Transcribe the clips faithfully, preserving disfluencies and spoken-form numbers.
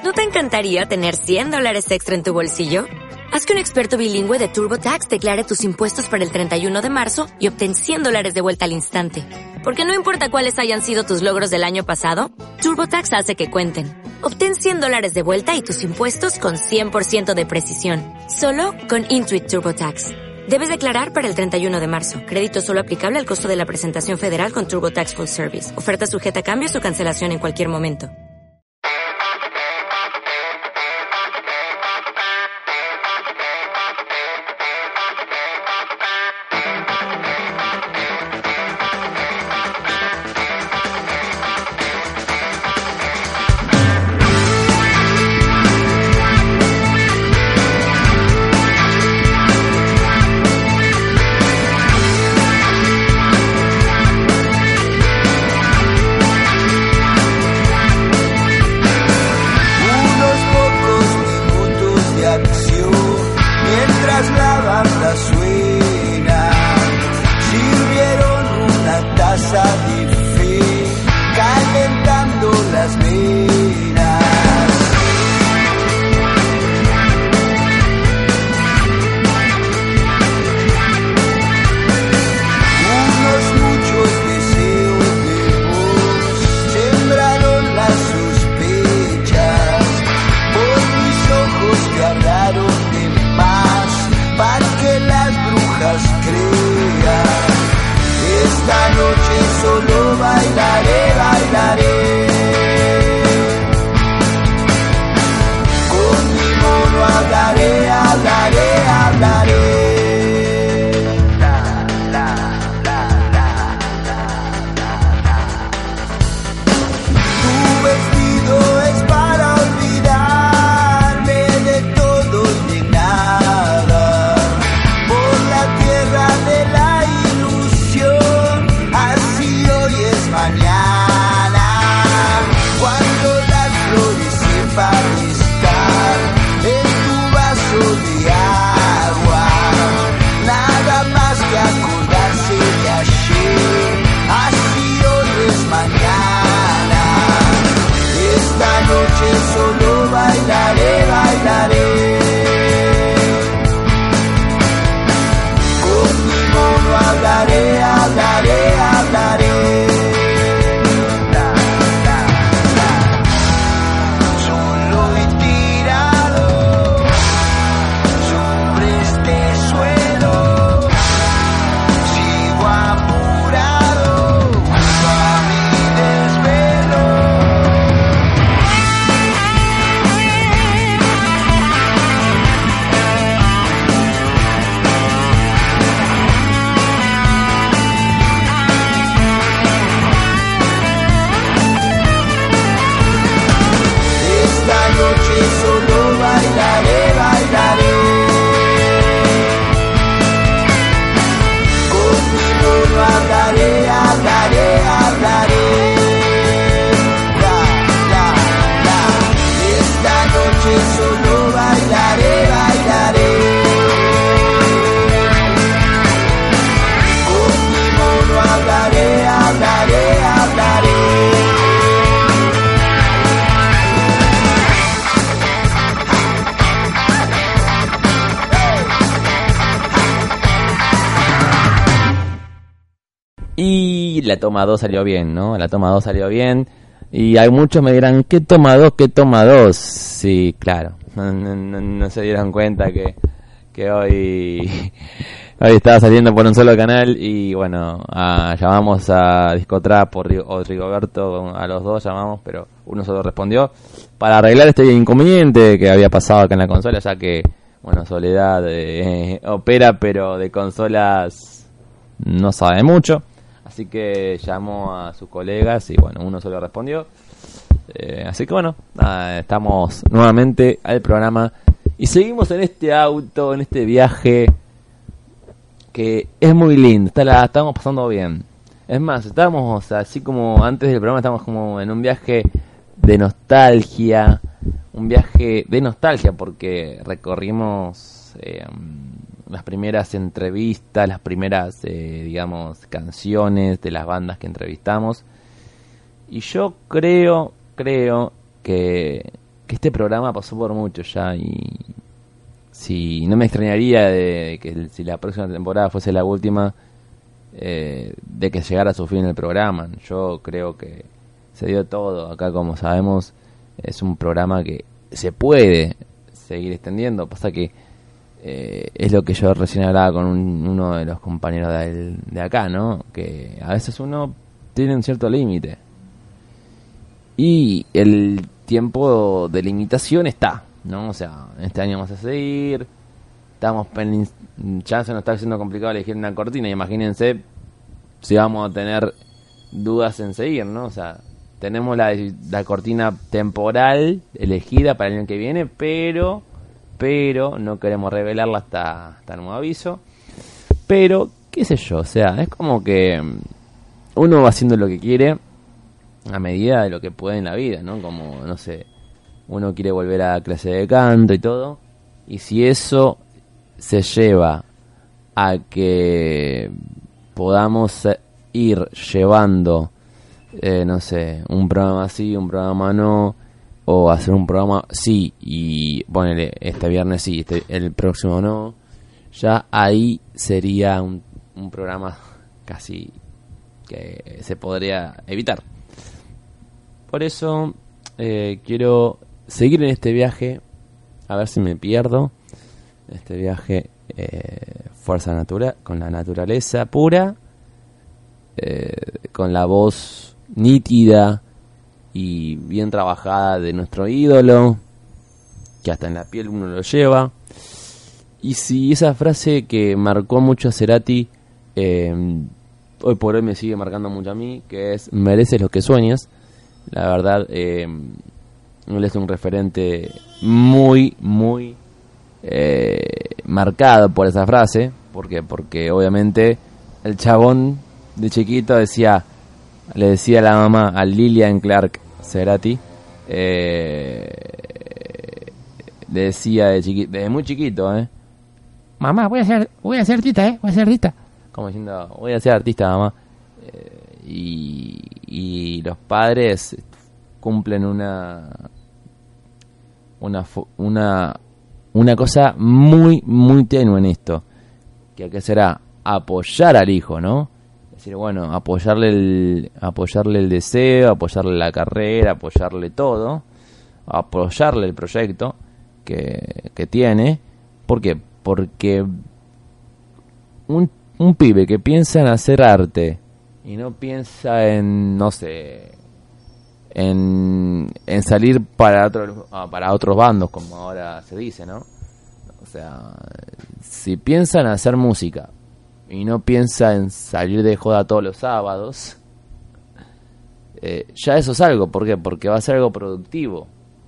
¿No te encantaría tener cien dólares extra en tu bolsillo? Haz que un experto bilingüe de TurboTax declare tus impuestos para el treinta y uno de marzo y obtén cien dólares de vuelta al instante. Porque no importa cuáles hayan sido tus logros del año pasado, TurboTax hace que cuenten. Obtén cien dólares de vuelta y tus impuestos con cien por ciento de precisión. Solo con Intuit TurboTax. Debes declarar para el treinta y uno de marzo. Crédito solo aplicable al costo de la presentación federal con TurboTax Full Service. Oferta sujeta a cambios o cancelación en cualquier momento. Y la toma dos salió bien, ¿no? La toma dos salió bien. Y hay muchos me dirán, ¿qué toma dos? ¿Qué toma dos? Sí, claro. No, no, no, no se dieron cuenta que, que hoy, hoy estaba saliendo por un solo canal. Y bueno, a, llamamos a Discotrap o Rigoberto, a los dos llamamos, pero uno solo respondió. Para arreglar este inconveniente que había pasado acá en la consola, ya que, bueno, Soledad eh, opera, pero de consolas no sabe mucho. Así que llamó a sus colegas y bueno, uno solo respondió. Eh, así que bueno, nada, estamos nuevamente al programa y seguimos en este auto, en este viaje que es muy lindo, está la, estamos pasando bien. Es más, estábamos así como antes del programa, estamos como en un viaje de nostalgia, un viaje de nostalgia porque recorrimos eh, las primeras entrevistas, las primeras, eh, digamos, canciones de las bandas que entrevistamos. Y yo creo, creo que, que este programa pasó por mucho ya y si no me extrañaría de, de que si la próxima temporada fuese la última, eh, de que llegara a su fin el programa. Yo creo que se dio todo. Acá, como sabemos, es un programa que se puede seguir extendiendo. Pasa que eh, es lo que yo recién hablaba con un, uno de los compañeros de, de acá, ¿no? Que a veces uno tiene un cierto límite. Y el tiempo de limitación está, ¿no? O sea, este año vamos a seguir. Estamos pen... Ya se nos está haciendo complicado elegir una cortina. Imagínense si vamos a tener dudas en seguir, ¿no? O sea, tenemos la, la cortina temporal elegida para el año que viene, pero pero no queremos revelarla hasta, hasta nuevo aviso. Pero, qué sé yo, o sea, es como que uno va haciendo lo que quiere a medida de lo que puede en la vida, ¿no? Como, no sé, uno quiere volver a clase de canto y todo, y si eso se lleva a que podamos ir llevando, eh, no sé, un programa sí, un programa no, o hacer un programa sí y ponele este viernes sí, este, el próximo no, ya ahí sería un, un programa casi que se podría evitar. Por eso eh, quiero seguir en este viaje, a ver si me pierdo, este viaje eh, fuerza natural, con la naturaleza pura, eh, con la voz nítida y bien trabajada de nuestro ídolo, que hasta en la piel uno lo lleva. Y si esa frase que marcó mucho a Cerati, eh, hoy por hoy me sigue marcando mucho a mí, que es mereces lo que sueñas. La verdad, eh, él es un referente muy, muy eh, marcado por esa frase. ¿Por qué? Porque obviamente el chabón de chiquito decía, le decía a la mamá, a Lillian Clark Cerati, eh, le decía de chiquito, desde muy chiquito, eh, mamá, voy a ser, voy a ser artista, eh, voy a ser artista. Como diciendo, voy a ser artista, mamá. Eh, y, y los padres cumplen una una una una cosa muy muy tenue en esto, que qué será apoyar al hijo, ¿no? Es decir, bueno, apoyarle el apoyarle el deseo, apoyarle la carrera, apoyarle todo, apoyarle el proyecto que, que tiene. ¿Por qué? Porque un, un pibe que piensa en hacer arte y no piensa en, no sé, en, en salir para otros para otros bandos, como ahora se dice, ¿no? O sea, si piensa en hacer música y no piensa en salir de joda todos los sábados, eh, ya eso es algo. ¿Por qué? Porque va a ser algo productivo.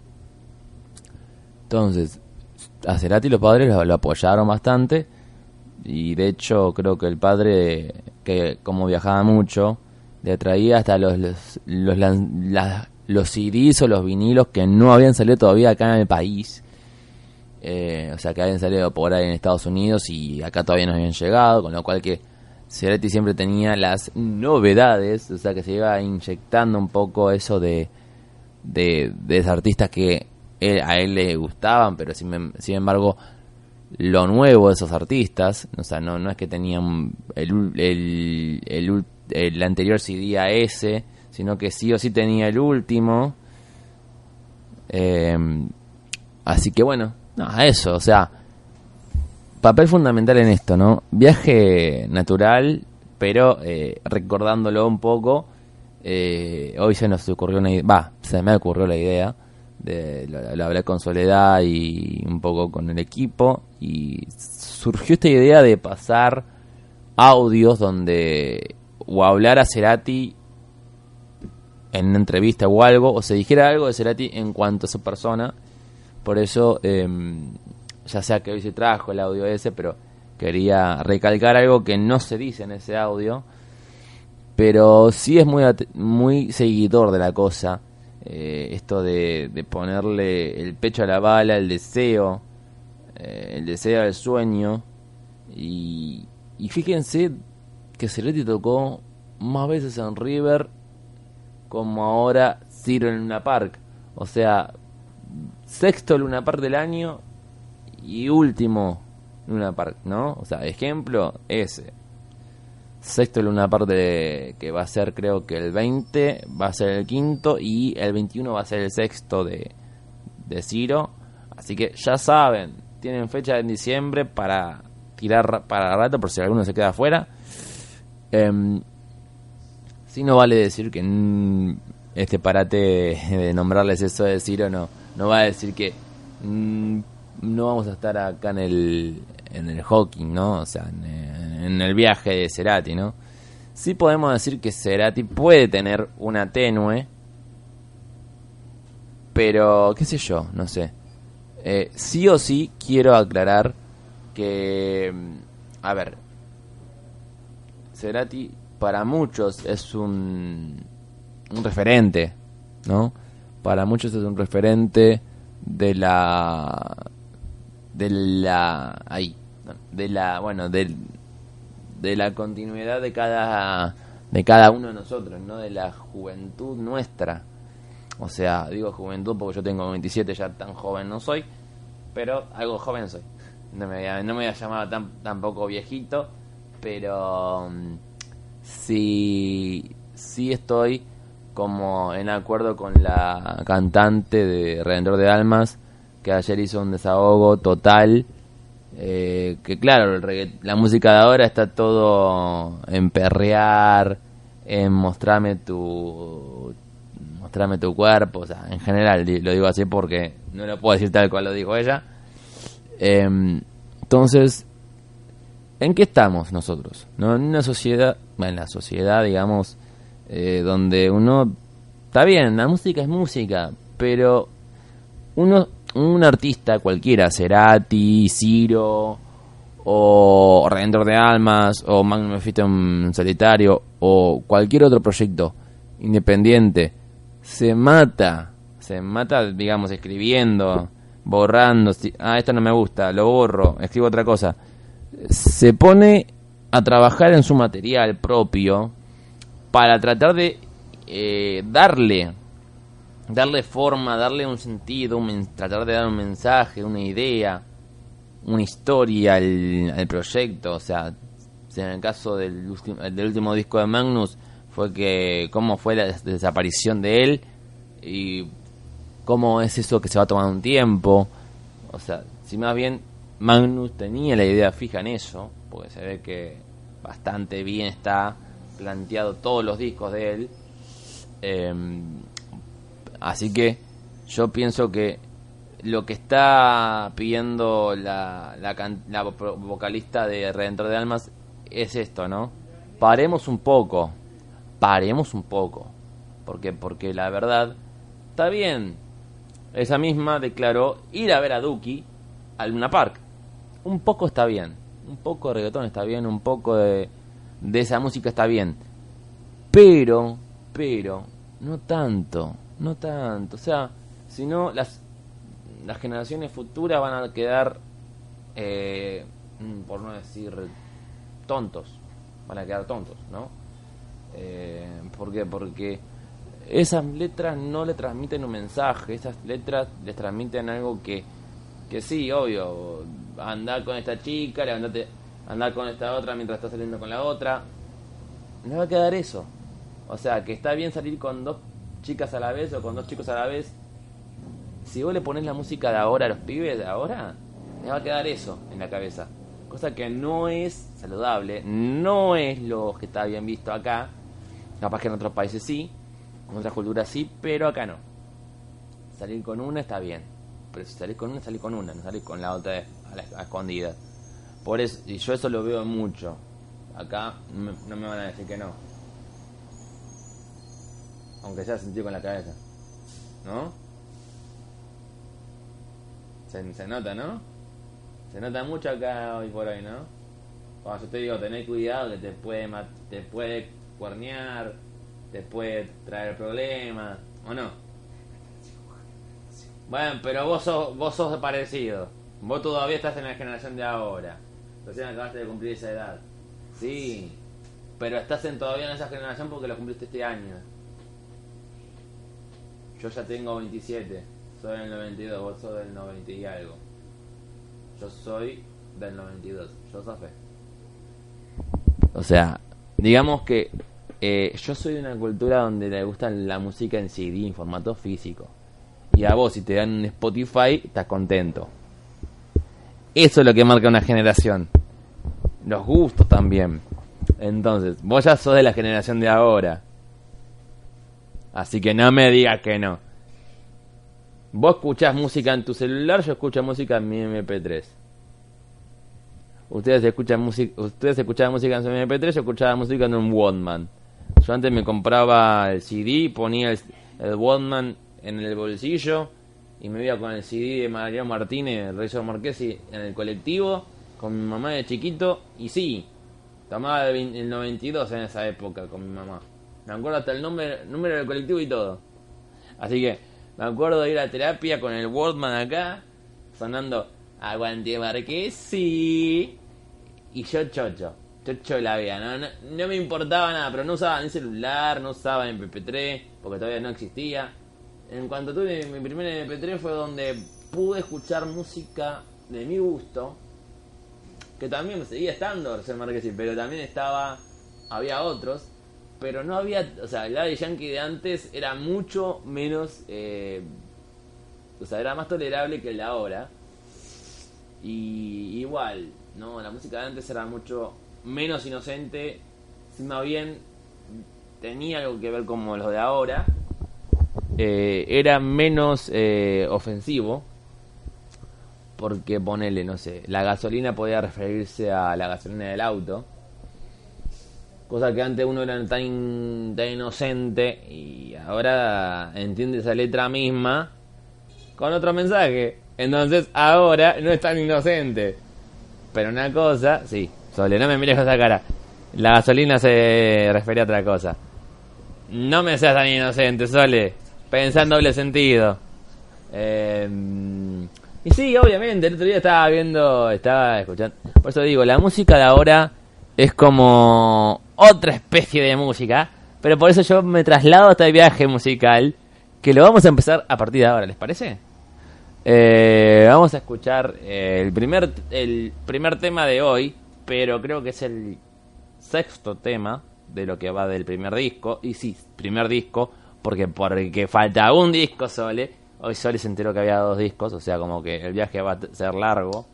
Entonces, a Cerati los padres lo, lo apoyaron bastante. Y de hecho creo que el padre, que como viajaba mucho, le traía hasta los los, los, las, los C Ds o los vinilos que no habían salido todavía acá en el país. Eh, o sea, que habían salido por ahí en Estados Unidos y acá todavía no habían llegado, con lo cual que Cerati siempre tenía las novedades, o sea, que se iba inyectando un poco eso de de, de esos artistas que él, a él le gustaban, pero sin, sin embargo lo nuevo de esos artistas, o sea, no no es que tenían el el, el, el anterior C D a ese, sino que sí o sí tenía el último. Eh, así que bueno, no, a eso, o sea, papel fundamental en esto, ¿no? Viaje natural, pero eh, recordándolo un poco, eh, hoy se nos ocurrió una idea, va, se me ocurrió la idea, de, lo, lo hablé con Soledad y un poco con el equipo, y surgió esta idea de pasar audios donde o hablar a Cerati en una entrevista o algo, o se dijera algo de Cerati en cuanto a su persona. Por eso, eh, ya sea que hoy se trajo el audio ese, pero quería recalcar algo que no se dice en ese audio, pero sí es muy muy seguidor de la cosa, eh, esto de, de ponerle el pecho a la bala, el deseo, eh, el deseo al sueño, y, y fíjense que Cerati tocó más veces en River como ahora Ciro en Luna Park, o sea, sexto Luna Park del año y último Luna Park, ¿no? O sea, ejemplo, ese. Sexto Luna Park de, que va a ser creo que el veinte, va a ser el quinto y el veintiuno va a ser el sexto de, de Ciro. Así que ya saben, tienen fecha en diciembre para tirar para rato por si alguno se queda afuera. Eh, si no vale decir que mm, este parate de, de nombrarles eso de Ciro no, no va a decir que mm, no vamos a estar acá en el en el hockey, ¿no? O sea, en, en el viaje de Cerati, ¿no? Sí podemos decir que Cerati puede tener una tenue, pero qué sé yo, no sé. Eh, sí o sí quiero aclarar que, a ver, Cerati para muchos es un un referente, ¿no? Para muchos es un referente de la de la ahí de la bueno de, de la continuidad de cada de cada uno de nosotros, no de la juventud nuestra. O sea, digo juventud porque yo tengo veintisiete, ya tan joven no soy, pero algo joven soy. No me había, no me había llamado tan tampoco viejito, pero um, sí sí estoy como en acuerdo con la cantante de Redentor de Almas, que ayer hizo un desahogo total, eh, que claro, el regga- la música de ahora está todo en perrear, en mostrarme tu mostrarme tu cuerpo, o sea, en general di- lo digo así porque no lo puedo decir tal cual lo dijo ella. Eh, entonces, ¿en qué estamos nosotros? ¿No? En una sociedad, bueno, en la sociedad, digamos, eh, donde uno, está bien, la música es música, pero uno, un artista cualquiera, Cerati, Ciro, o Redentor de Almas, o Magnum Mephisto en solitario, o cualquier otro proyecto independiente, se mata, se mata, digamos, escribiendo, borrando, si, ah, esto no me gusta, lo borro, escribo otra cosa, se pone a trabajar en su material propio para tratar de eh, darle darle forma, darle un sentido, un men- tratar de dar un mensaje, una idea, una historia al, al proyecto. O sea, si en el caso del, ulti- del último disco de Magnus fue que cómo fue la des- desaparición de él y cómo es eso que se va tomando un tiempo. O sea, si más bien Magnus tenía la idea fija en eso, porque se ve que bastante bien está planteado todos los discos de él. Eh, así que yo pienso que lo que está pidiendo la, la, can- la vo- vocalista de Redentor de Almas es esto, ¿no? Paremos un poco, paremos un poco. ¿Por qué? Porque la verdad, está bien. Esa misma declaró ir a ver a Duki al Luna Park. Un poco está bien. Un poco de reggaetón está bien, un poco de, de esa música está bien. Pero, pero, no tanto, no tanto. O sea, si no, las, las generaciones futuras van a quedar, eh, mm, por no decir tontos, van a quedar tontos, ¿no? Eh, ¿Por qué? Porque esas letras no le transmiten un mensaje, esas letras les transmiten algo que, que sí, obvio, andar con esta chica, levantate, andar con esta otra mientras estás saliendo con la otra, le va a quedar eso. O sea, que está bien salir con dos chicas a la vez o con dos chicos a la vez. Si vos le pones la música de ahora a los pibes de ahora, les va a quedar eso en la cabeza. Cosa que no es saludable, no es lo que está bien visto acá. Capaz que en otros países sí, en otras culturas sí, pero acá no. Salir con una está bien, pero si salís con una, salís con una, no salís con la otra a la a escondida. Por eso, y yo eso lo veo mucho. Acá no me, no me van a decir que no. Aunque sea sentido con la cabeza, ¿no? Se, se nota, ¿no? Se nota mucho acá hoy por hoy, ¿no? Cuando yo te digo, tener cuidado que te puede mat- te puede cuernear, te puede traer problemas, ¿o no? Bueno, pero vos sos, vos sos parecido. Vos todavía estás en la generación de ahora. Recién acabaste de cumplir esa edad. Sí, pero estás en, todavía en esa generación porque lo cumpliste este año. Yo ya tengo veintisiete. soy del noventa y dos, vos sos del noventa y algo. Yo soy del noventa y dos, yo Safe. O sea, digamos que eh, yo soy de una cultura donde le gusta la música en C D, en formato físico. Y a vos, si te dan un Spotify, estás contento. Eso es lo que marca una generación. Los gustos también. Entonces, vos ya sos de la generación de ahora. Así que no me digas que no. Vos escuchás música en tu celular, yo escucho música en mi eme pe tres. Ustedes escuchan música, ustedes escuchaban música en su eme pe tres, yo escuchaba música en un Walkman. Yo antes me compraba el C D, ponía el, el Walkman en el bolsillo y me iba con el C D de Mariano Martínez, el Rey Marquesi, en el colectivo con mi mamá de chiquito. Y sí, tomaba el, el noventa y dos en esa época con mi mamá. Me acuerdo hasta el número, número del colectivo y todo. Así que me acuerdo de ir a terapia con el Walkman acá, sonando Aguante Marquesi. Y yo chocho, chocho la vida. No, no, no me importaba nada, pero no usaba ni celular, no usaba eme pe tres, porque todavía no existía. En cuanto tuve mi primer eme pe tres fue donde pude escuchar música de mi gusto, que también seguía estando Rocío Marquesi, pero también estaba, había otros, pero no había, o sea, el Daddy Yankee de antes era mucho menos, eh, o sea, era más tolerable que el de ahora. Y igual, no, la música de antes era mucho menos inocente, más bien tenía algo que ver como los de ahora. Eh, era menos eh, ofensivo, porque ponele, no sé, la gasolina podía referirse a la gasolina del auto, cosa que antes uno era tan, tan inocente, y ahora entiende esa letra misma con otro mensaje. Entonces ahora no es tan inocente. Pero una cosa, sí, Sole, no me mires con esa cara, la gasolina se refería a otra cosa. No me seas tan inocente, Sole. Pensá en doble sentido. Eh, y sí, obviamente, el otro día estaba viendo, estaba escuchando. Por eso digo, la música de ahora es como otra especie de música. Pero por eso yo me traslado a este viaje musical, que lo vamos a empezar a partir de ahora, ¿les parece? Eh, vamos a escuchar eh, el primer el primer tema de hoy, pero creo que es el sexto tema de lo que va del primer disco. Y sí, primer disco, porque porque falta un disco, Sole. Hoy Sole se enteró que había dos discos, o sea, como que el viaje va a ser largo.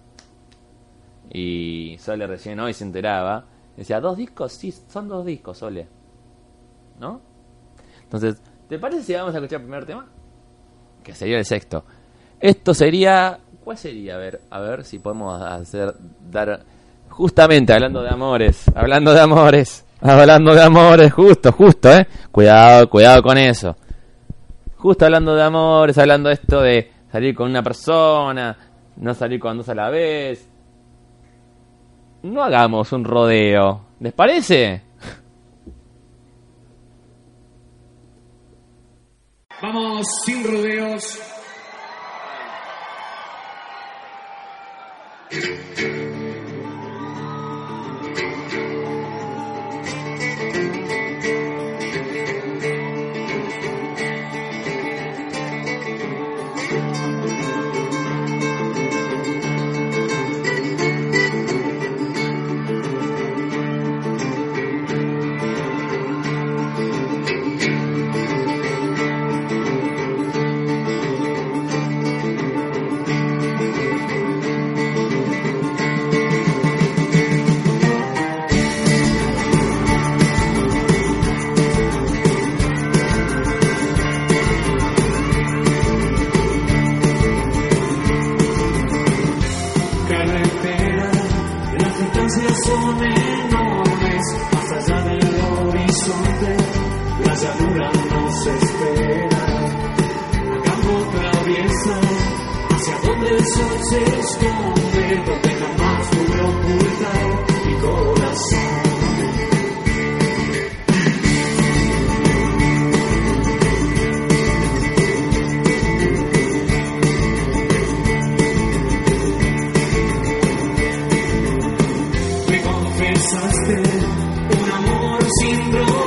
Y Sole recién hoy se enteraba. Decía, ¿dos discos? Sí, son dos discos, Sole, ¿no? Entonces, ¿te parece si vamos a escuchar el primer tema? Que sería el sexto. Esto sería... ¿Cuál sería? A ver, a ver si podemos hacer... dar justamente, hablando de amores. Hablando de amores. Hablando de amores, justo, justo, ¿eh? Cuidado, cuidado con eso. Justo hablando de amores, hablando de esto de salir con una persona, no salir con dos a la vez. No hagamos un rodeo. ¿Les parece? Vamos sin rodeos.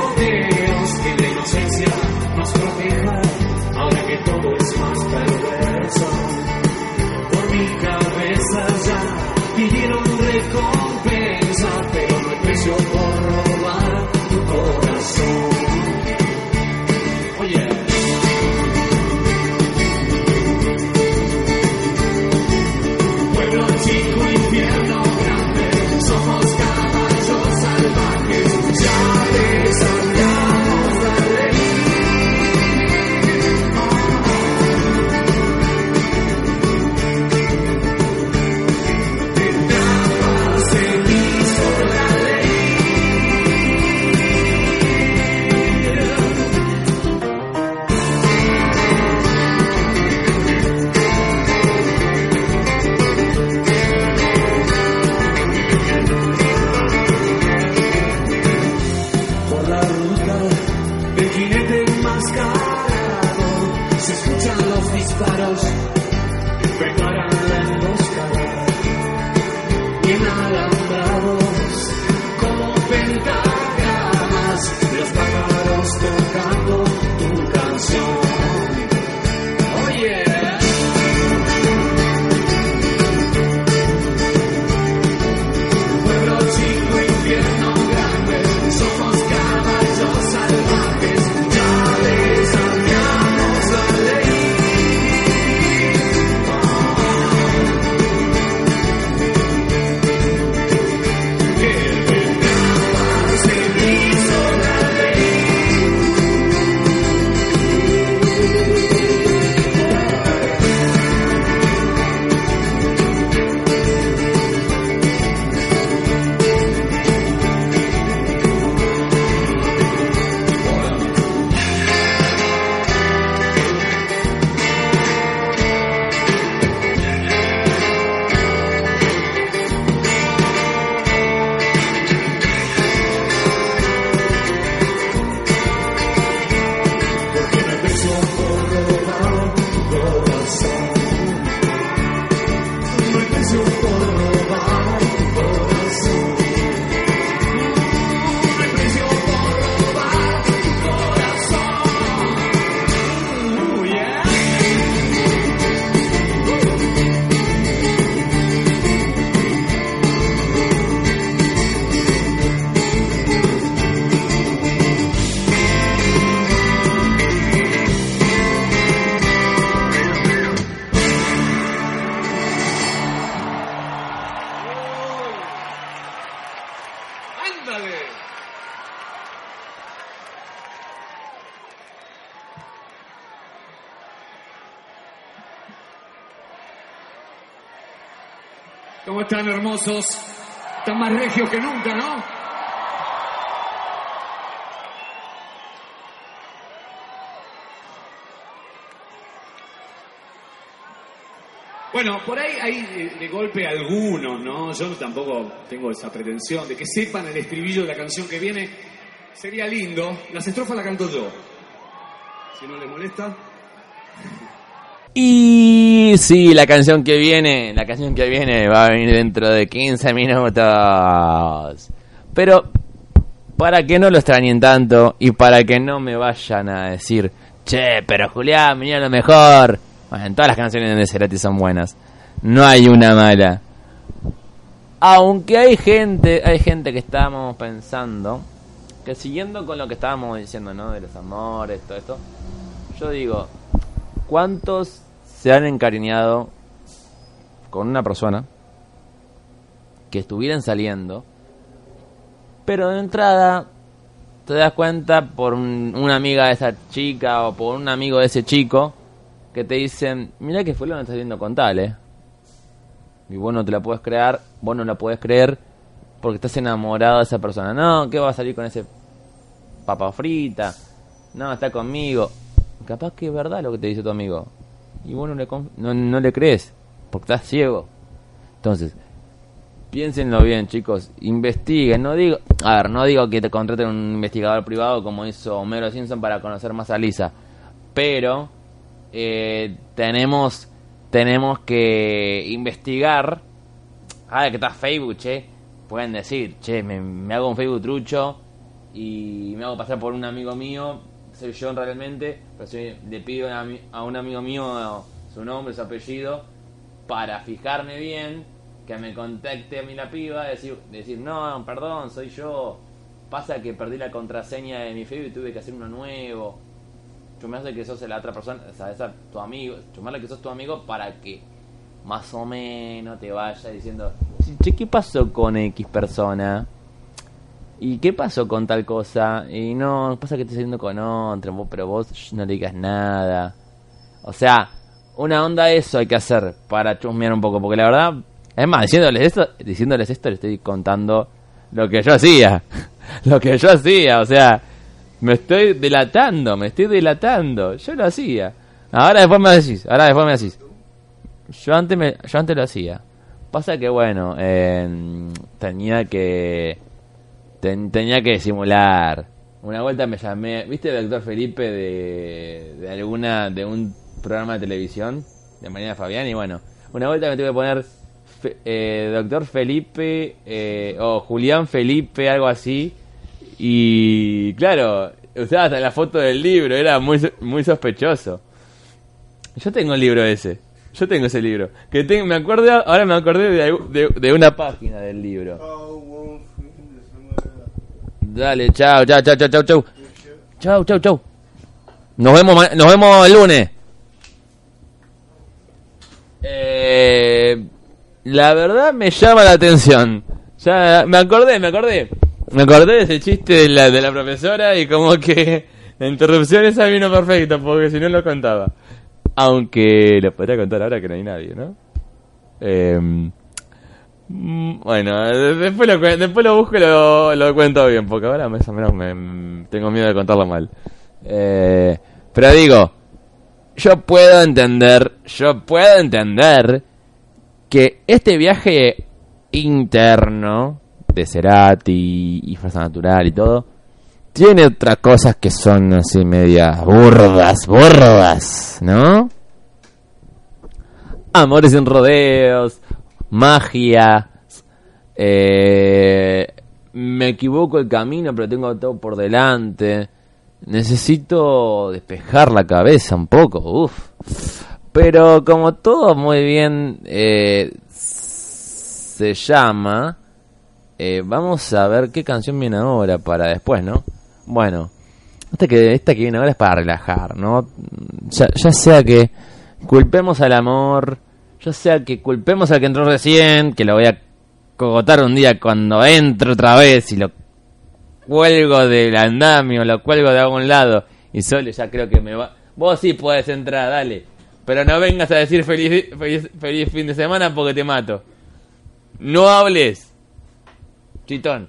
Ahora que todo es más perverso. preparan la emboscada y en alambrados como pentagramas los pájaros tocando tu canción. Oh yeah. Pueblo chico, infierno grande, somos caballos salvajes, ya desafiamos la ley. ¿Cómo están, hermosos? Están más regios que nunca, ¿no? Bueno, por ahí hay de, de golpe algunos, ¿no? Yo tampoco tengo esa pretensión de que sepan el estribillo de la canción que viene. Sería lindo. Las estrofas las canto yo. Si no les molesta. Y sí, la canción que viene, la canción que viene va a venir dentro de quince minutos. Pero para que no lo extrañen tanto y para que no me vayan a decir, che, pero Julián, venía lo mejor. Bueno, todas las canciones de Cerati son buenas. No hay una mala. Aunque hay gente, hay gente que estábamos pensando que siguiendo con lo que estábamos diciendo, ¿no? De los amores, todo esto. Yo digo, ¿cuántos se han encariñado con una persona que estuvieran saliendo, pero de entrada te das cuenta por un, una amiga de esa chica o por un amigo de ese chico que te dicen, mira que fulano estás viendo con tal, eh? Y vos no te la puedes creer, vos no la puedes creer porque estás enamorado de esa persona. No, ¿qué va a salir con ese papa frita? No, está conmigo. Capaz que es verdad lo que te dice tu amigo y vos no le, conf- no, no le crees porque estás ciego. Entonces, piénsenlo bien, chicos, investiguen. No digo, a ver, no digo que te contraten un investigador privado como hizo Homero Simpson para conocer más a Lisa, pero eh, tenemos tenemos que investigar. Ah, que está Facebook, che. Pueden decir, che, me, me hago un Facebook trucho y me hago pasar por un amigo mío. Soy yo realmente, pero si le pido a, mi, a un amigo mío su nombre, su apellido, para fijarme bien, que me contacte a mí la piba, decir, decir no, perdón, soy yo. Pasa que perdí la contraseña de mi Facebook y tuve que hacer uno nuevo. Chumarle que sos la otra persona, o sea, esa, tu amigo, chumarle que sos tu amigo para que más o menos te vaya diciendo, che, ¿qué pasó con X persona? ¿Y qué pasó con tal cosa? Y no, pasa que estoy saliendo con otra, pero vos no le digas nada. O sea, una onda eso hay que hacer para chusmear un poco, porque la verdad, es más, diciéndoles esto, diciéndoles esto, les estoy contando lo que yo hacía. Lo que yo hacía, o sea, me estoy delatando, me estoy delatando. Yo lo hacía. Ahora después me decís, ahora después me decís. Yo antes, me, yo antes lo hacía. Pasa que bueno, eh, tenía que... Ten, tenía que simular. Una vuelta me llamé, ¿viste el doctor Felipe de, de alguna de un programa de televisión? de Mariana Fabián. Y bueno, una vuelta me tuve que poner fe, eh, doctor Felipe eh, o Julián Felipe, algo así. Y claro, usaba hasta la foto del libro, era muy, muy sospechoso. Yo tengo el libro ese. Yo tengo ese libro. Que tengo, me acordé, ahora me acordé de, de, de una página del libro. Dale, chao, chao, chao, chao, chao, chao. Chao, chao, chao. Nos vemos, nos vemos el lunes. Eh, la verdad me llama la atención. Ya me acordé, me acordé. Me acordé de ese chiste de la, de la profesora y como que la interrupción esa vino perfecta porque si no lo contaba. Aunque lo podría contar ahora que no hay nadie, ¿no? Eh, bueno, después lo, después lo busco y lo, lo cuento bien, porque ahora más o menos me, tengo miedo de contarlo mal. Eh, pero digo, yo puedo entender, yo puedo entender que este viaje interno de Cerati y Fuerza Natural y todo tiene otras cosas que son así medias burdas, burdas, ¿no? Amores sin rodeos, magia, eh, me equivoco el camino pero tengo todo por delante, necesito despejar la cabeza un poco, uff. Pero como todo muy bien eh, se llama, eh, vamos a ver qué canción viene ahora para después, ¿no? Bueno, esta que, esta que viene ahora es para relajar, ¿no? Ya, ya sea que culpemos al amor, ya sea que culpemos al que entró recién, que lo voy a cogotar un día cuando entre otra vez y lo cuelgo del andamio, lo cuelgo de algún lado y solo ya creo que me va... Vos sí podés entrar, dale, pero no vengas a decir feliz, feliz, feliz fin de semana porque te mato. No hables, chitón.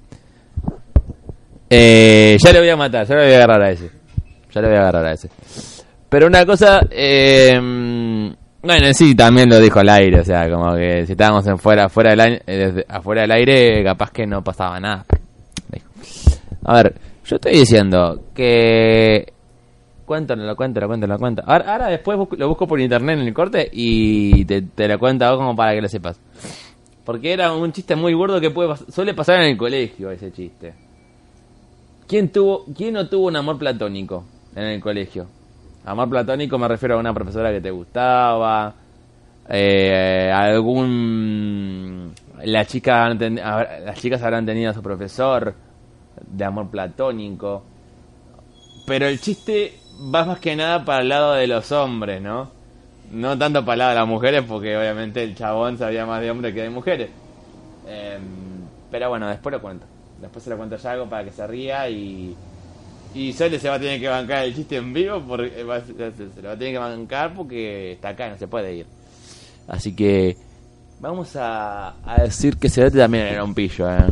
Eh, ya le voy a matar, ya le voy a agarrar a ese. Ya le voy a agarrar a ese. Pero una cosa, eh, bueno, sí, también lo dijo al aire, o sea, como que si estábamos en fuera, fuera del aire, desde afuera del aire, capaz que no pasaba nada. A ver, yo estoy diciendo que cuento, lo cuento, lo cuento, lo cuento. Ahora, ahora después busco, lo busco por internet en el corte y te, te lo cuento como para que lo sepas. Porque era un chiste muy gordo que puede suele pasar en el colegio, ese chiste. ¿Quién tuvo, quién no tuvo un amor platónico en el colegio? Amor platónico me refiero a una profesora que te gustaba, eh, algún, la chica, las chicas habrán tenido a su profesor de amor platónico, pero el chiste va más que nada para el lado de los hombres, ¿no? No tanto para el lado de las mujeres, porque obviamente el chabón sabía más de hombres que de mujeres. Eh, pero bueno, después lo cuento. Después se lo cuento ya algo para que se ría y... Y Sole se va a tener que bancar el chiste en vivo, porque se lo va a tener que bancar porque está acá, no se puede ir. Así que vamos a, a decir que Cerati también era un pillo, ¿eh?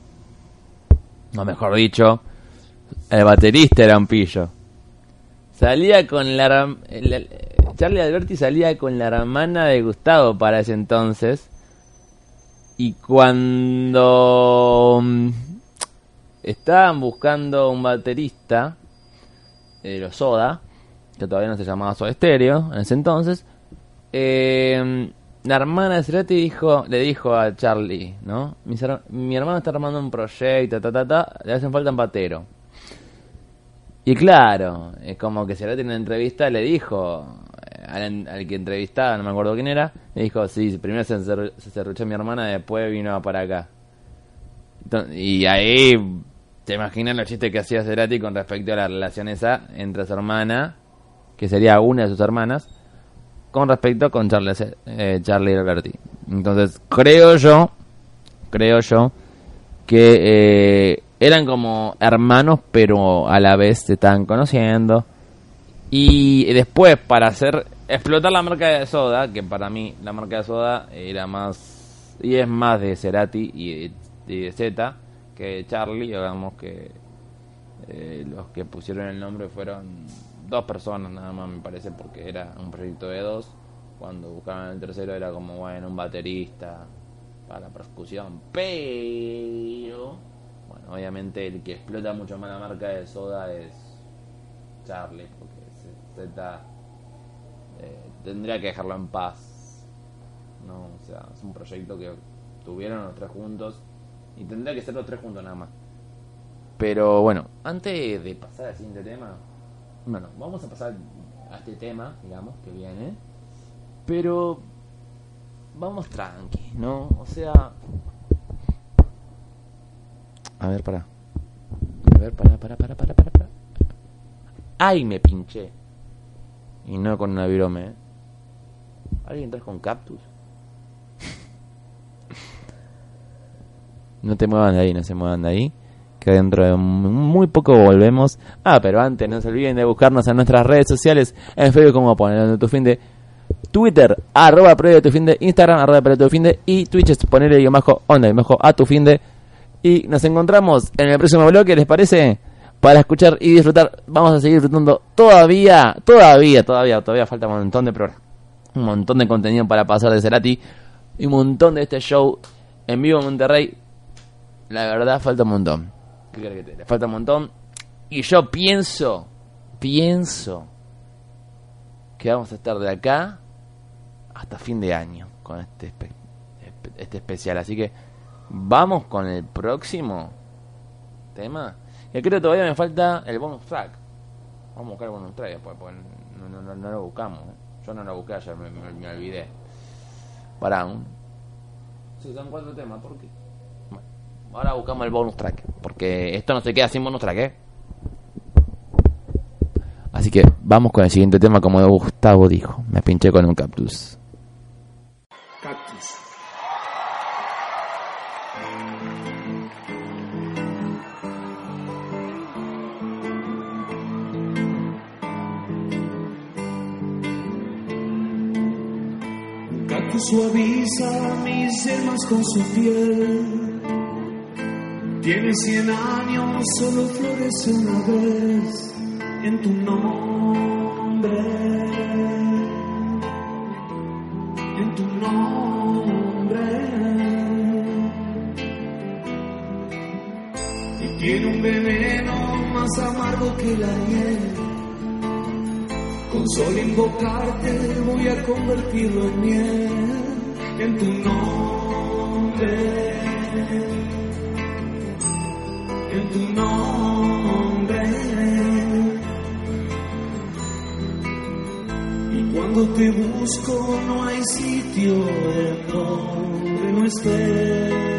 O mejor dicho, el baterista era un pillo. Salía con la... la Charlie Alberti salía con la hermana de Gustavo para ese entonces. Y cuando estaban buscando un baterista de los Soda, que todavía no se llamaba Soda Stereo en ese entonces, eh, la hermana de Cerati dijo, le dijo a Charlie, ¿no? Mi, mi hermano está armando un proyecto, ta, ta, ta, le hacen falta un batero. Y claro, es como que Cerati en una entrevista le dijo al, al que entrevistaba, no me acuerdo quién era, le dijo, sí, primero se, se, se cerruchó mi hermana, después vino para acá. Entonces, y ahí te imaginas los chistes que hacía Cerati con respecto a la relación esa entre su hermana, que sería una de sus hermanas, con respecto con Charlie, eh, Charlie Alberti. Entonces creo yo, creo yo que eh, eran como hermanos, pero a la vez se estaban conociendo. Y después, para hacer explotar la marca de Soda, que para mí la marca de Soda era más y es más de Cerati y de, de Z que de Charlie, digamos que eh, los que pusieron el nombre fueron dos personas nada más, me parece, porque era un proyecto de dos. Cuando buscaban el tercero era como, bueno, un baterista para la percusión, pero bueno, obviamente el que explota mucho más la marca de Soda es Charlie, porque Z eh, tendría que dejarlo en paz, no, o sea, es un proyecto que tuvieron los tres juntos y tendría que ser los tres juntos nada más. Pero bueno, antes de pasar al siguiente tema, bueno, vamos a pasar a este tema, digamos, que viene, pero vamos tranqui, ¿no? O sea, a ver, para, a ver, para, para, para, para, para, para. ¡Ay, me pinché! Y no con una virome, ¿eh? ¿Alguien trae con cactus? No te muevan de ahí, no se muevan de ahí, que dentro de muy poco volvemos. Ah, pero antes no se olviden de buscarnos en nuestras redes sociales, en Facebook como Ponele Tu Finde, Twitter, arroba Previo Tu Finde, Instagram, arroba Previo Tu Finde, y Twitch es ponerle guión bajo onda guión bajo a tu finde. Y nos encontramos en el próximo bloque, ¿les parece? Para escuchar y disfrutar. Vamos a seguir disfrutando todavía, todavía, todavía, todavía falta un montón de programas, un montón de contenido para pasar de Cerati y un montón de este show en vivo en Monterrey. La verdad, falta un montón. ¿Qué crees que te diga? Falta un montón. Y yo pienso, pienso que vamos a estar de acá hasta fin de año con este, espe- este especial. Así que vamos con el próximo tema. Que creo que todavía me falta el bonus track. Vamos a buscar el bonus track después, porque no, no, no, no lo buscamos. ¿eh? Yo no lo busqué ayer, me, me, me olvidé. Para un... Sí, son cuatro temas, ¿por qué? Bueno, ahora buscamos el bonus track, porque esto no se queda sin bonus track, ¿eh? Así que vamos con el siguiente tema, como Gustavo dijo. Me pinché con un cactus. Cactus. Un cactus suaviza mis yemas con su piel. Tiene cien años, solo florece una vez. En tu nombre, en tu nombre, y tiene un veneno más amargo que la miel. Con solo invocarte voy a convertirlo en miel. En tu nombre, en tu nombre. Cuando te busco no hay sitio en donde no estés.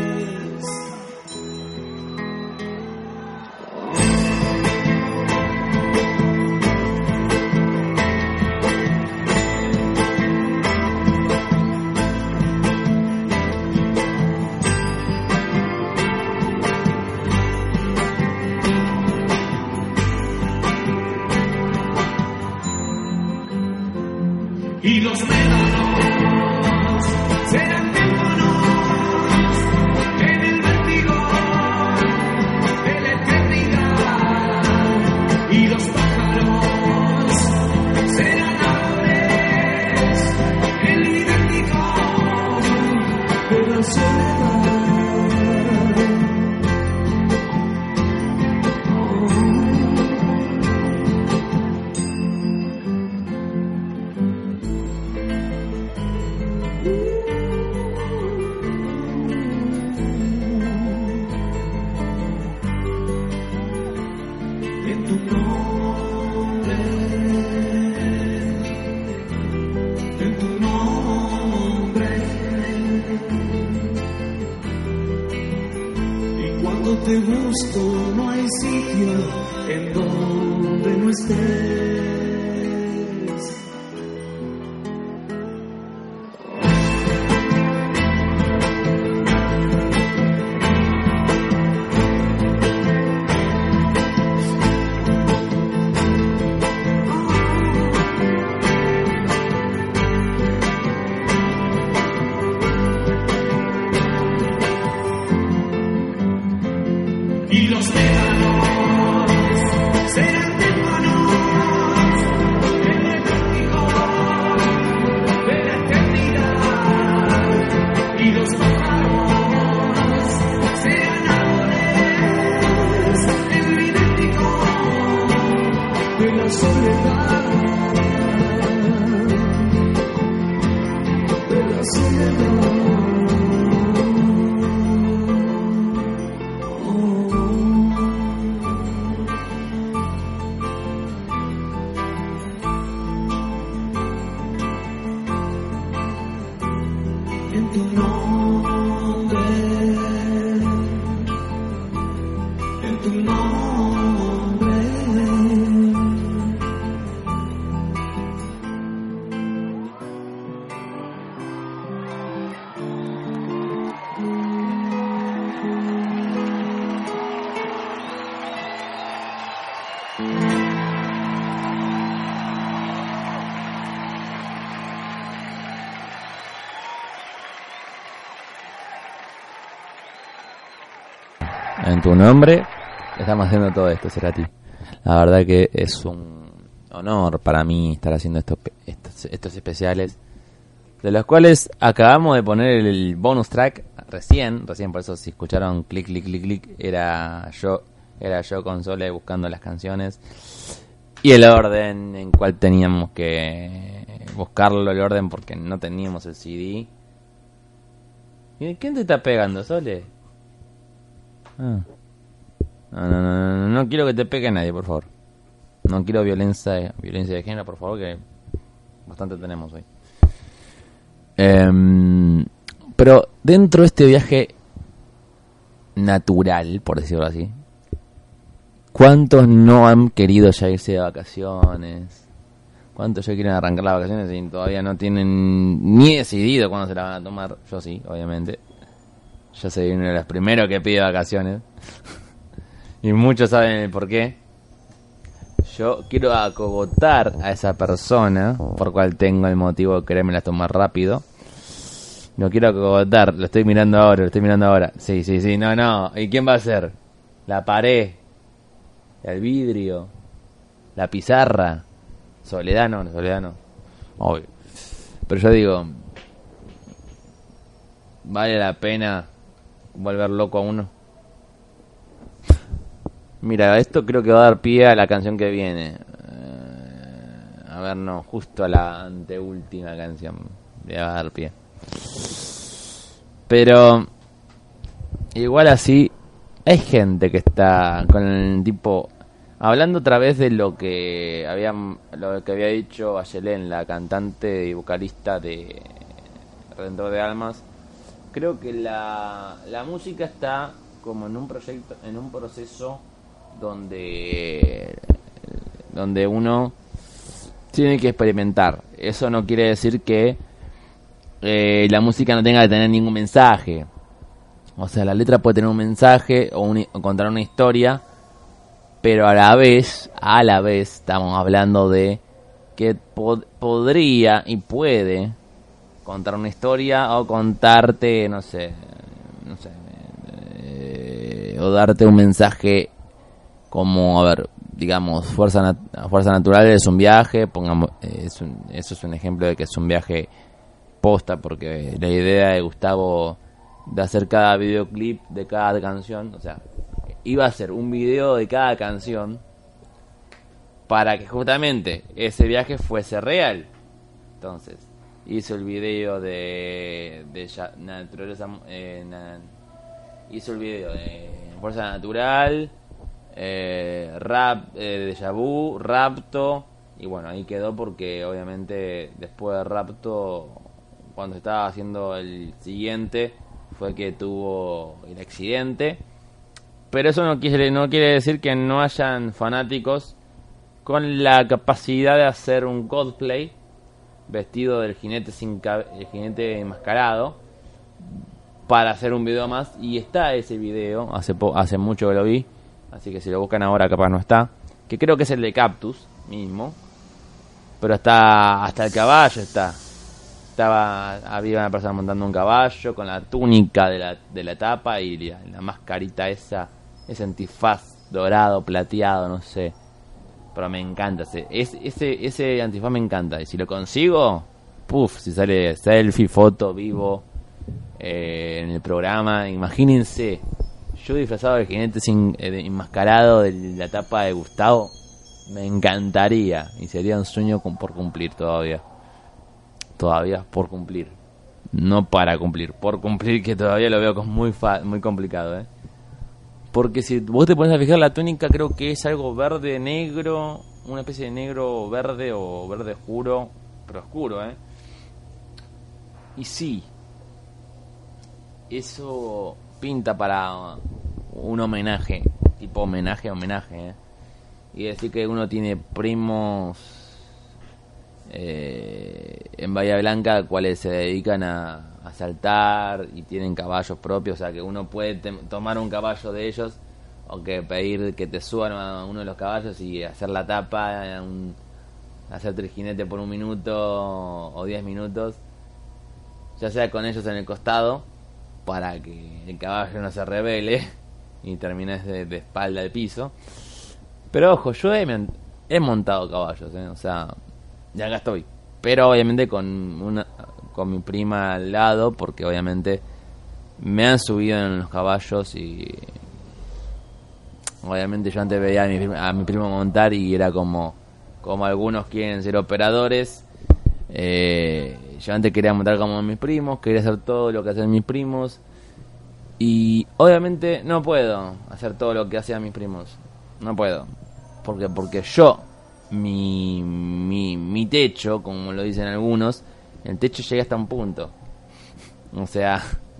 Y los médanos serán témpanos en el vértigo de la eternidad. Y los pájaros serán aves en el idéntico de la soledad. Te busco, no hay sitio en donde no estés. Y los médanos serán témpanos En tu nombre estamos haciendo todo esto, Cerati. La verdad que es un honor para mí estar haciendo estos, estos, estos especiales, de los cuales acabamos de poner el bonus track recién, recién por eso si escucharon clic, clic, clic, clic, era yo, era yo con Sole buscando las canciones y el orden en cual teníamos que buscarlo, el orden porque no teníamos el C D. ¿Y quién te está pegando, Sole? Ah. No, no, no, no, no quiero que te pegue nadie, por favor. No quiero violencia, violencia de género, por favor, que bastante tenemos hoy. Eh, pero dentro de este viaje natural, por decirlo así, ¿cuántos no han querido ya irse de vacaciones? ¿Cuántos ya quieren arrancar las vacaciones y todavía no tienen ni decidido cuándo se la van a tomar? Yo sí, obviamente. Yo soy uno de los primeros que pide vacaciones. Y muchos saben el por qué. Yo quiero acogotar a esa persona, por cual tengo el motivo de querérmela tomar rápido. Lo quiero acogotar, lo estoy mirando ahora, lo estoy mirando ahora. Sí, sí, sí, no, no. ¿Y quién va a ser? La pared, el vidrio, la pizarra. Soledad no, Soledad no. Obvio. Pero yo digo, ¿vale la pena volver loco a uno? Mira, esto creo que va a dar pie a la canción que viene. Eh, a ver, no, justo a la anteúltima canción le va a dar pie. Pero igual así, hay gente que está con el tipo hablando otra vez de lo que había, lo que había dicho Ayelén, la cantante y vocalista de Redentor de Almas. Creo que la, la música está como en un proyecto, en un proceso donde donde uno tiene que experimentar. Eso no quiere decir que eh, la música no tenga que tener ningún mensaje. O sea, la letra puede tener un mensaje o, un, o contar una historia, pero a la vez, a la vez estamos hablando de que pod- podría y puede contar una historia o contarte, no sé, no sé, eh, o darte un mensaje como, a ver, digamos, Fuerza Nat- Fuerza Natural es un viaje, pongamos, eh, es un, eso es un ejemplo de que es un viaje posta, porque la idea de Gustavo de hacer cada videoclip de cada canción, o sea, iba a hacer un video de cada canción para que justamente ese viaje fuese real. Entonces hizo el video de, de ya, naturaleza, eh, na, hizo el video de Fuerza Natural, eh, rap, eh, Deja Vu, Rapto, y bueno, ahí quedó porque obviamente después de Rapto, cuando estaba haciendo el siguiente, fue que tuvo el accidente. Pero eso no quiere, no quiere decir que no hayan fanáticos con la capacidad de hacer un cosplay vestido del jinete sin cab- el jinete enmascarado para hacer un video más, y está ese video, hace po- hace mucho que lo vi, así que si lo buscan ahora capaz no está, que creo que es el de Cactus mismo, pero está hasta el caballo está. Estaba, había una persona montando un caballo con la túnica de la, de la tapa y la, la mascarita esa, ese antifaz dorado, plateado, no sé. Pero me encanta, ese, ese, ese antifaz me encanta. Y si lo consigo, puff, si sale selfie, foto, vivo, eh, en el programa, imagínense, yo disfrazado de jinete sin, eh, de, enmascarado de la tapa de Gustavo, me encantaría. Y sería un sueño con, por cumplir todavía. Todavía por cumplir. No para cumplir, por cumplir, que todavía lo veo como muy fa- muy complicado, ¿eh? Porque si vos te pones a fijar la túnica, creo que es algo verde, negro, una especie de negro verde o verde oscuro, pero oscuro, ¿eh? Y sí, eso pinta para un homenaje, tipo homenaje, homenaje, ¿eh? Y decir que uno tiene primos eh, en Bahía Blanca, cuales se dedican a, a saltar y tienen caballos propios, o sea que uno puede te- tomar un caballo de ellos o que pedir que te suban a uno de los caballos y hacer la tapa, un, hacer tres jinetes por un minuto o diez minutos, ya sea con ellos en el costado para que el caballo no se revele y termines de, de espalda al piso. Pero ojo, yo he, he montado caballos, ¿eh? O sea, ya acá estoy. Pero obviamente con una con mi prima al lado, porque obviamente me han subido en los caballos y obviamente yo antes veía a mi, a mi primo montar y era como como algunos quieren ser operadores. Eh, yo antes quería montar como mis primos, quería hacer todo lo que hacen mis primos y obviamente no puedo hacer todo lo que hacían mis primos. No puedo. Porque porque yo mi mi mi techo, como lo dicen algunos, el techo llega hasta un punto. O sea,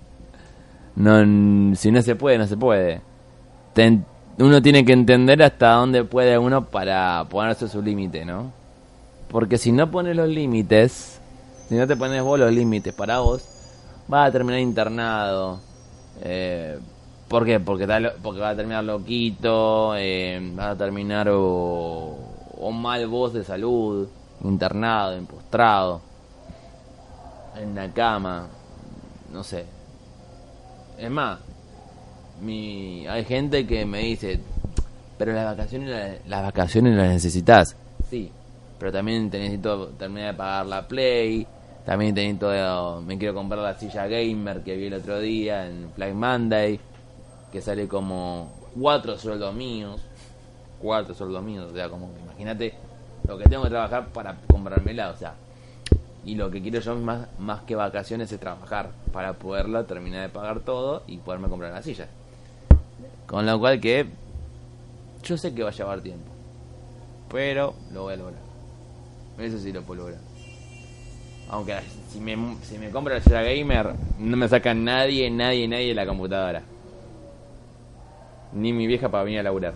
no, si no se puede, no se puede. Ten, uno tiene que entender hasta dónde puede uno para ponerse su límite, ¿no? Porque si no pones los límites, si no te pones vos los límites para vos, vas a terminar internado. Eh, ¿Por qué? Porque, tal, porque vas a terminar loquito, eh, vas a terminar o, o mal vos de salud, internado, empostrado, en la cama, no sé. Es más, mi, hay gente que me dice, pero las vacaciones las vacaciones las necesitas. Sí, pero también te necesito terminar de pagar la Play, también te necesito, me quiero comprar la silla gamer que vi el otro día en Black Monday, que sale como cuatro sueldos míos, cuatro sueldos míos, o sea, como imagínate lo que tengo que trabajar para comprármela, o sea, y lo que quiero yo más, más que vacaciones es trabajar para poderla terminar de pagar todo y poderme comprar la silla. Con lo cual que yo sé que va a llevar tiempo, pero lo voy a lograr. Eso sí lo puedo lograr. Aunque si me, si me compro la silla gamer, no me saca nadie, nadie, nadie de la computadora. Ni mi vieja para venir a laburar.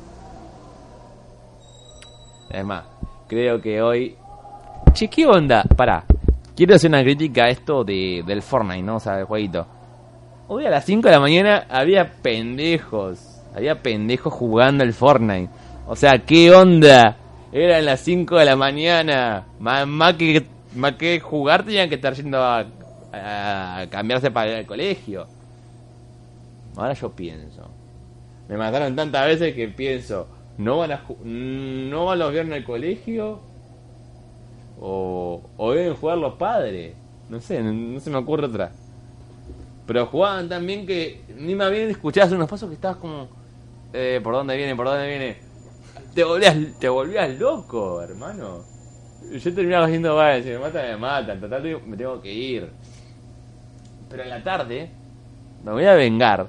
Es más, creo que hoy... Che, ¿qué onda? Pará. Quiero hacer una crítica a esto de, del Fortnite, ¿no? O sea, del jueguito. Hoy a las cinco de la mañana había pendejos. Había pendejos jugando el Fortnite. O sea, ¿qué onda? Eran las cinco de la mañana. Más, más, que, más que jugar tenían que estar yendo a, a cambiarse para ir al colegio. Ahora yo pienso. Me mataron tantas veces que pienso, ¿no van a ju- no van los viernes al colegio? O, o deben jugar los padres. No sé, no, no se me ocurre otra. Pero jugaban tan bien que ni más bien escuchabas unos pasos que estabas como, eh, ¿por dónde viene? ¿Por dónde viene? Te volvías, te volvías loco, hermano. Yo terminaba haciendo, vale, si me matan, me matan. Total, me tengo que ir. Pero en la tarde me voy a vengar.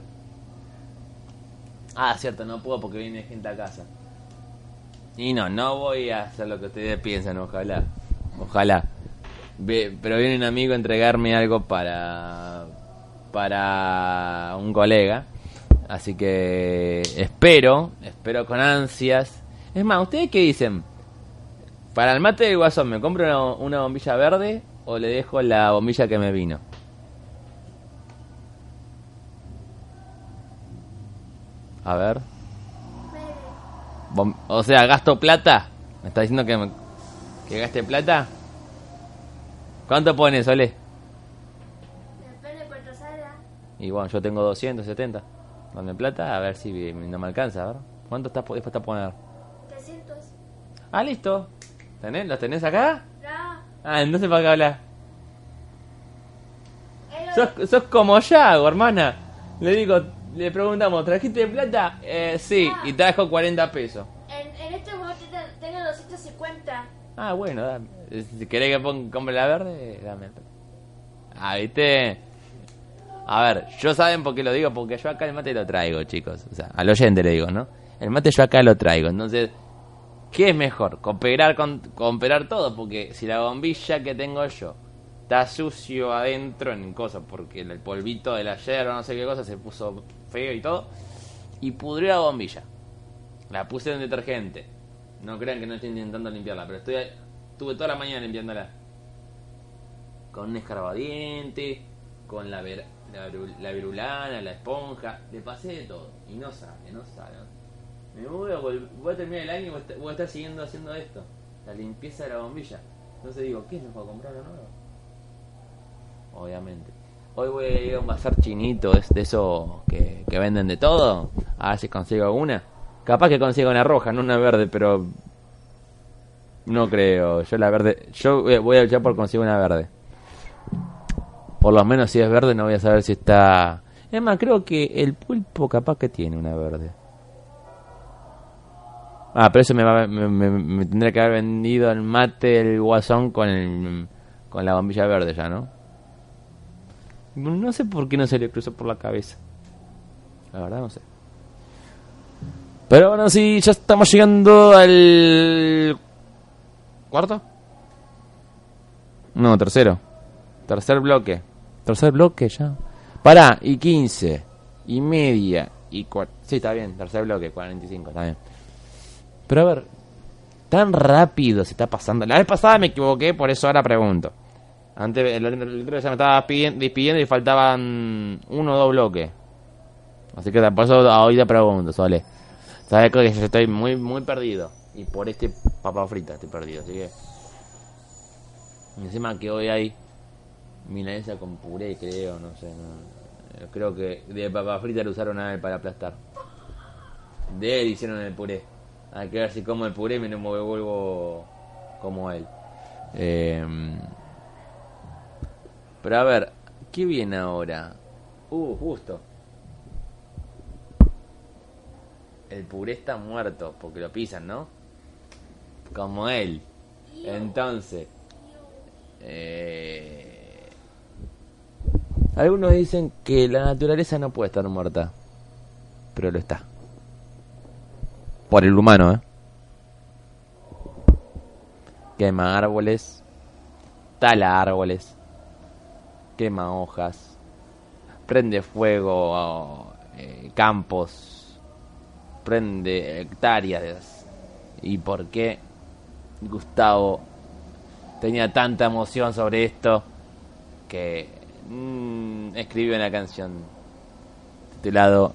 Ah, cierto, no puedo porque viene gente a casa. Y no, no voy a hacer lo que ustedes piensan, ojalá. Ojalá. Ve, pero viene un amigo a entregarme algo para... Para un colega. Así que espero, espero con ansias. Es más, ¿ustedes qué dicen? Para el mate del guasón, ¿me compro una, una bombilla verde o le dejo la bombilla que me vino? A ver. Bom- o sea, ¿gasto plata? ¿Me está diciendo que, me- que gaste plata? ¿Cuánto pone, Solé? Depende cuánto salga. Y bueno, yo tengo doscientos setenta. Dame plata, a ver si me- no me alcanza, a ver. ¿Cuánto estás po- dispuesto a poner? trescientos. Ah, listo. ¿Tenés? ¿Los tenés acá? No. Ah, entonces para qué hablar. Es lo- Sos, sos como Yago, hermana. Le digo, le preguntamos, ¿trajiste plata? Eh, sí, Ah. y trajo cuarenta pesos. En, en este momento te- tengo doscientos cincuenta. Ah, bueno, dame. Si querés que ponga, compre la verde, dame. Ah, ¿viste? A ver, yo saben por qué lo digo, porque yo acá el mate lo traigo, chicos. O sea, al oyente le digo, ¿no? El mate yo acá lo traigo. Entonces, ¿qué es mejor? Cooperar con cooperar todo, porque si la bombilla que tengo yo está sucio adentro en cosas, porque el polvito de la yerba, no sé qué cosa, se puso feo y todo, y pudrió la bombilla. La puse en detergente. No crean que no estoy intentando limpiarla, pero estoy estuve toda la mañana limpiándola. Con un escarbadiente, con la, ver, la, la virulana, la esponja, le pasé de todo. Y no sale, no sale. Me voy a, voy a terminar el año y voy a, estar, voy a estar siguiendo haciendo esto. La limpieza de la bombilla. Entonces digo, ¿qué es mejor, comprar lo nuevo? Obviamente. Hoy voy a ir a un bazar chinito, es de esos que, que venden de todo. A ver si consigo una. Capaz que consigo una roja, no una verde, pero no creo. Yo la verde, yo voy a luchar por conseguir una verde. Por lo menos si es verde no voy a saber si está... Es más, creo que el pulpo capaz que tiene una verde. Ah, pero eso me, va, me, me, me tendría que haber vendido el mate el guasón con el, con la bombilla verde ya, ¿no? No sé por qué no se le cruzó por la cabeza. La verdad no sé. Pero bueno, sí, ya estamos llegando al... ¿Cuarto? No, tercero. Tercer bloque. Tercer bloque ya. Pará, y quince. Y media. Y cuarto. Sí, está bien, tercer bloque, cuarenta y cinco, está bien. Pero a ver, tan rápido se está pasando. La vez pasada me equivoqué, por eso ahora pregunto. Antes, el otro día ya me estaba despidiendo y faltaban uno o dos bloques. Así que por eso ahorita pregunto, Sole. Sabes que yo estoy muy muy perdido. Y por este papa frita estoy perdido, así que... Encima que hoy hay milanesa con puré, creo, no sé. No. Creo que de papa frita lo usaron a él para aplastar. De él hicieron el puré. Hay que ver si como el puré me no me vuelvo como él. Eh, pero a ver, ¿qué viene ahora? Uh, justo. El puré está muerto porque lo pisan, ¿no? Como él. Entonces, eh, algunos dicen que la naturaleza no puede estar muerta, pero lo está. Por el humano, ¿eh? Quema árboles, tala árboles, quema hojas, prende fuego eh, campos, prende hectáreas. ¿Y por qué Gustavo tenía tanta emoción sobre esto que mmm, escribió una canción titulado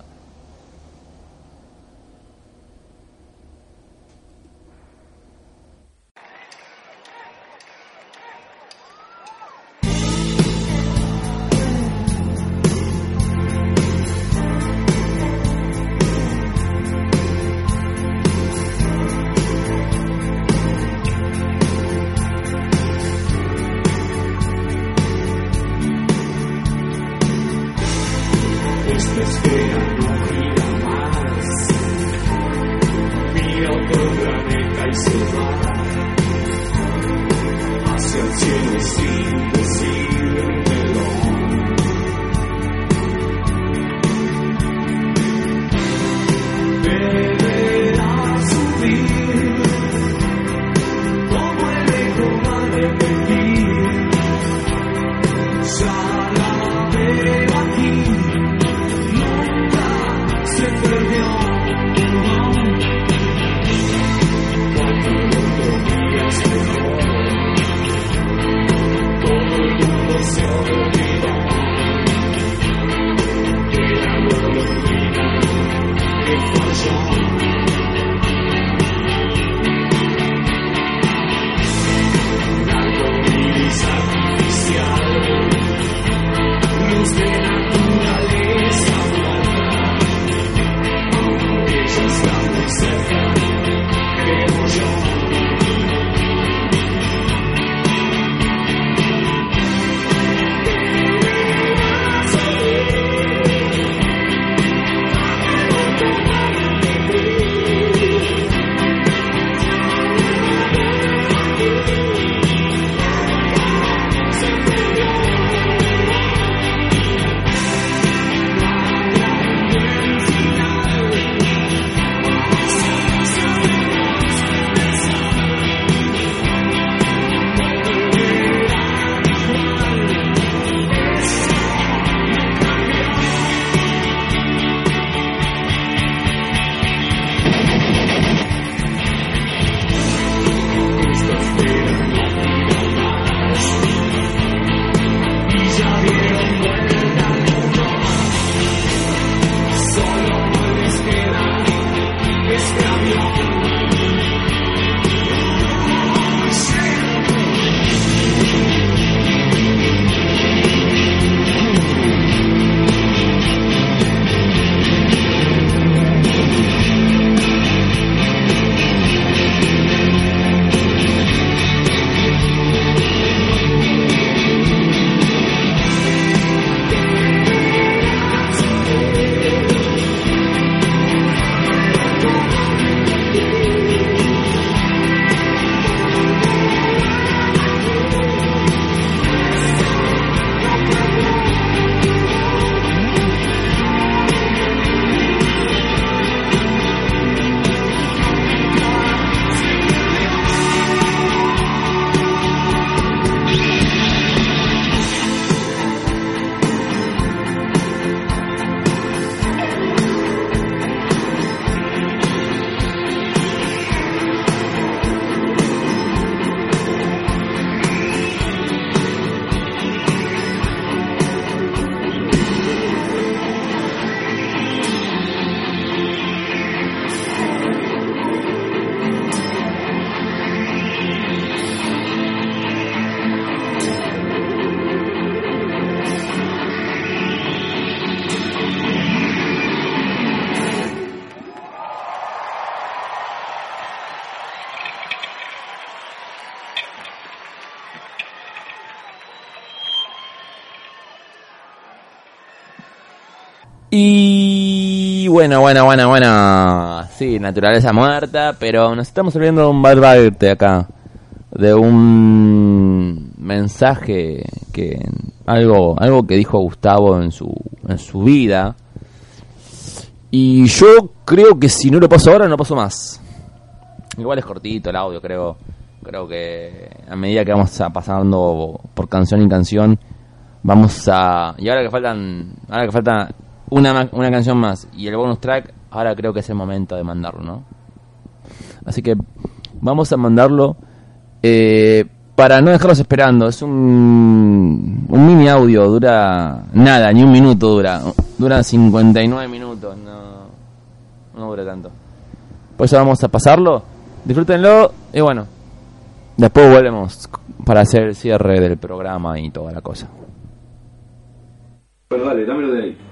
Todo Y bueno, bueno, bueno, bueno. Sí, naturaleza muerta, pero nos estamos olvidando de un bad bite acá. De un mensaje que algo algo que dijo Gustavo en su en su vida. Y yo creo que si no lo paso ahora, no paso más. Igual es cortito el audio, creo. Creo que a medida que vamos a pasando por canción y canción, vamos a... Y ahora que faltan ahora que falta una, una canción más y el bonus track, ahora creo que es el momento de mandarlo, ¿no? Así que vamos a mandarlo eh, para no dejarlos esperando. Es un, un mini audio, dura nada, ni un minuto dura. Dura cincuenta y nueve minutos, no, no dura tanto. Por eso vamos a pasarlo, disfrútenlo y bueno, después volvemos para hacer el cierre del programa y toda la cosa. Bueno, dale, dámelo de ahí.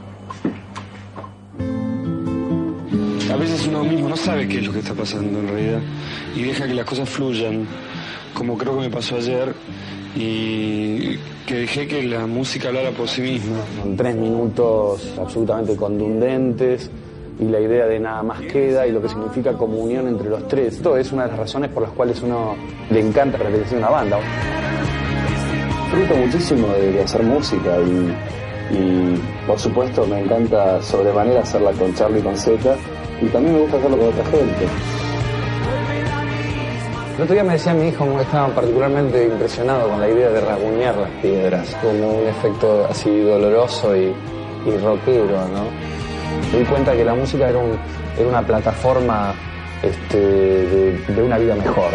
A veces uno mismo no sabe qué es lo que está pasando en realidad y deja que las cosas fluyan, como creo que me pasó ayer, y que dejé que la música hablara por sí misma. Con tres minutos absolutamente contundentes y la idea de nada más queda y lo que significa comunión entre los tres. Esto es una de las razones por las cuales uno le encanta pertenecer a una banda. Disfruto muchísimo de, de hacer música y, y por supuesto me encanta sobremanera hacerla con Charlie y con Zeta, y también me gusta hacerlo con otra gente. El otro día me decía mi hijo que estaba particularmente impresionado con la idea de rasguñar las piedras, como un efecto así doloroso y, y rockero, ¿no? Me di cuenta que la música era, un, era una plataforma este, de, de una vida mejor.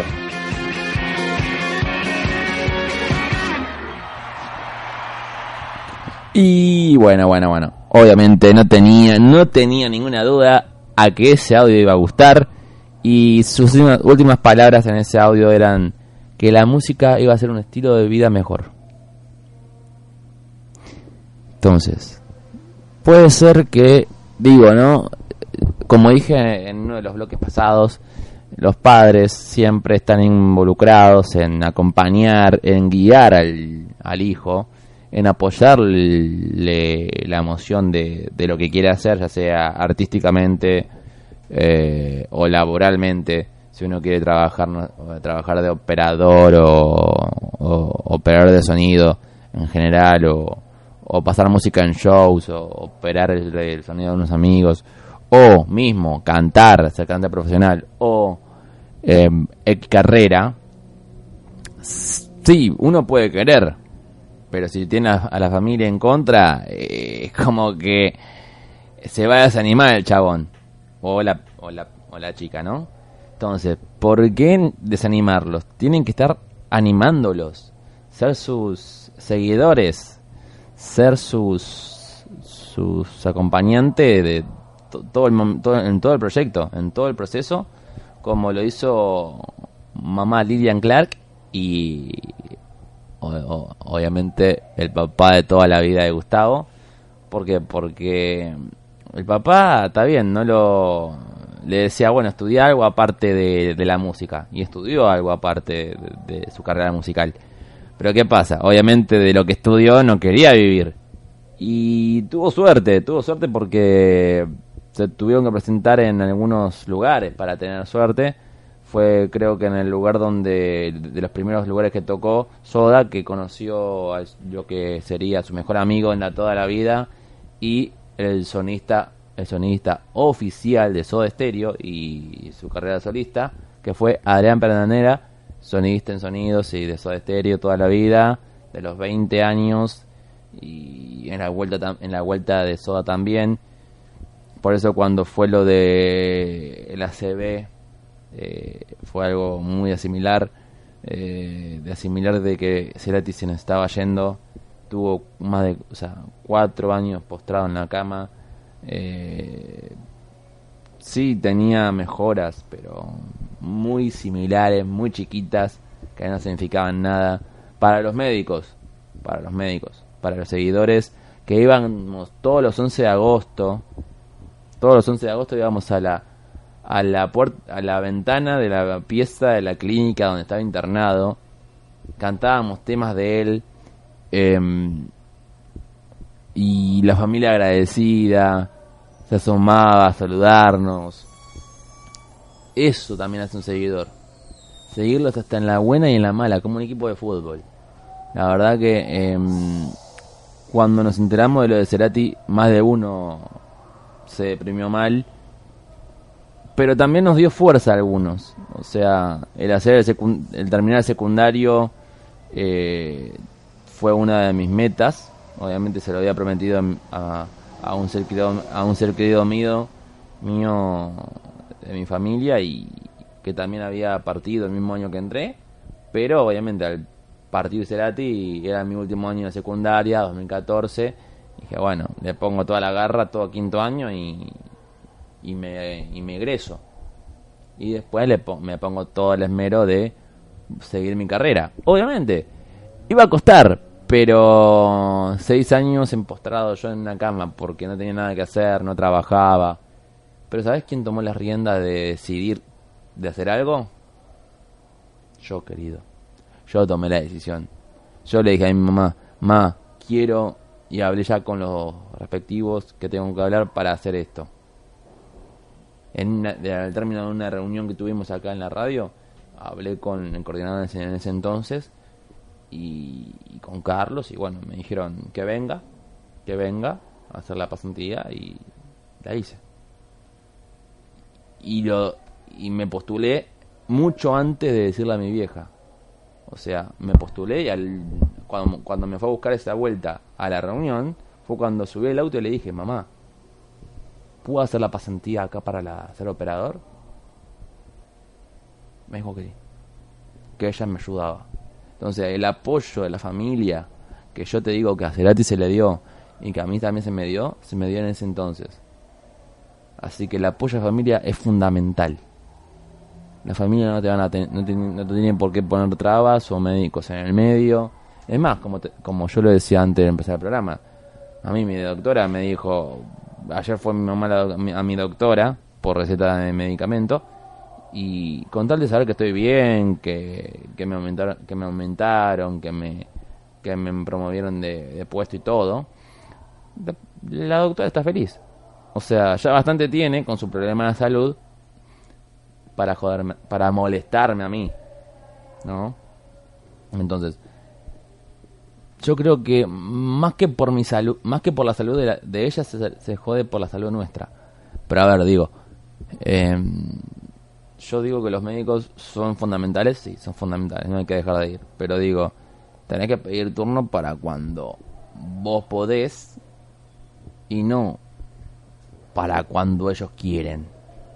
Y bueno, bueno, bueno. Obviamente no tenía, no tenía ninguna duda a que ese audio iba a gustar. Y sus últimas, últimas palabras en ese audio eran que la música iba a ser un estilo de vida mejor. Entonces, puede ser que, digo, ¿no? Como dije en uno de los bloques pasados, los padres siempre están involucrados en acompañar, en guiar al, al hijo, en apoyarle la emoción de, de lo que quiere hacer, ya sea artísticamente eh, o laboralmente, si uno quiere trabajar no, trabajar de operador o, o operador de sonido en general, o, o pasar música en shows, o operar el, el sonido de unos amigos, o mismo cantar, ser cantante profesional, o eh, carrera. Sí, uno puede querer, pero si tiene a, a la familia en contra, es eh, como que se va a desanimar el chabón o la, o la, o la chica, ¿no? Entonces, ¿por qué desanimarlos? Tienen que estar animándolos, ser sus seguidores, ser sus sus acompañantes de to, todo el todo, en todo el proyecto, en todo el proceso, como lo hizo mamá Lillian Clark y o, o, obviamente el papá de toda la vida de Gustavo. ¿Por qué? Porque el papá, está bien, no lo le decía, bueno, estudia algo aparte de, de la música, y estudió algo aparte de, de su carrera musical. Pero ¿qué pasa? Obviamente de lo que estudió no quería vivir. Y tuvo suerte, tuvo suerte porque se tuvieron que presentar en algunos lugares para tener suerte. Fue, creo que en el lugar donde, de los primeros lugares que tocó, Soda, que conoció a lo que sería su mejor amigo en la, toda la vida, y el sonista, el sonista oficial de Soda Stereo y su carrera solista, que fue Adrián Pernanera, sonidista en sonidos y de Soda Stereo toda la vida, de los veinte años, y en la vuelta en la vuelta de Soda también. Por eso cuando fue lo de el A C B, eh, fue algo muy asimilar, eh, de asimilar de que Cerati se nos estaba yendo. Tuvo más de, o sea, cuatro años postrado en la cama. Eh, sí tenía mejoras, pero muy similares, muy chiquitas, que no significaban nada para los médicos, para los médicos, para los seguidores que íbamos todos los once de agosto, todos los once de agosto íbamos a la a la puerta, a la ventana de la pieza de la clínica donde estaba internado, cantábamos temas de él, eh, y la familia agradecida, se asomaba a saludarnos. Eso también hace un seguidor. Seguirlos hasta en la buena y en la mala, como un equipo de fútbol. La verdad que eh, cuando nos enteramos de lo de Cerati, más de uno se deprimió mal, pero también nos dio fuerza a algunos. O sea, el hacer el, secund- el terminar el secundario eh, fue una de mis metas. Obviamente se lo había prometido a, a un ser querido, a un ser querido mío, mío de mi familia, y que también había partido el mismo año que entré, pero obviamente al partir Cerati era mi último año de secundaria, dos mil catorce, dije bueno, le pongo toda la garra, todo quinto año y, y me y me egreso, y después le pon, me pongo todo el esmero de seguir mi carrera. Obviamente iba a costar, pero seis años empostrado yo en una cama porque no tenía nada que hacer, no trabajaba. Pero ¿sabes quién tomó las riendas de decidir de hacer algo? Yo, querido. Yo tomé la decisión. Yo le dije a mi mamá, ma, quiero, y hablé ya con los respectivos que tengo que hablar para hacer esto. En una, de, al término de una reunión que tuvimos acá en la radio, hablé con el coordinador en ese entonces y, y con Carlos, y bueno, me dijeron que venga, que venga a hacer la pasantía, y la hice. Y lo y me postulé mucho antes de decirle a mi vieja. O sea, me postulé y al, cuando, cuando me fue a buscar esa vuelta a la reunión, fue cuando subí el auto y le dije, mamá, ¿puedo hacer la pasantía acá para la, ser operador? Me dijo que sí, que ella me ayudaba. Entonces el apoyo de la familia, que yo te digo que a Cerati se le dio y que a mí también se me dio, se me dio en ese entonces. Así que el apoyo de la familia es fundamental. La familia no te van a ten, no, te, no te tienen por qué poner trabas o médicos en el medio. Es más, como te, como yo lo decía antes de empezar el programa, a mí mi doctora me dijo, ayer fue mi mamá la, a mi doctora por receta de medicamento, y con tal de saber que estoy bien, que, que me aumentaron, que me aumentaron, que me que me promovieron de, de puesto y todo, la doctora está feliz. O sea, ya bastante tiene con su problema de salud para joderme, para molestarme a mí, ¿no? Entonces, yo creo que más que por mi salud, más que por la salud de, la, de ella, se, se jode por la salud nuestra. Pero a ver, digo, eh, yo digo que los médicos son fundamentales, sí, son fundamentales, no hay que dejar de ir. Pero digo, tenés que pedir turno para cuando vos podés y no para cuando ellos quieren.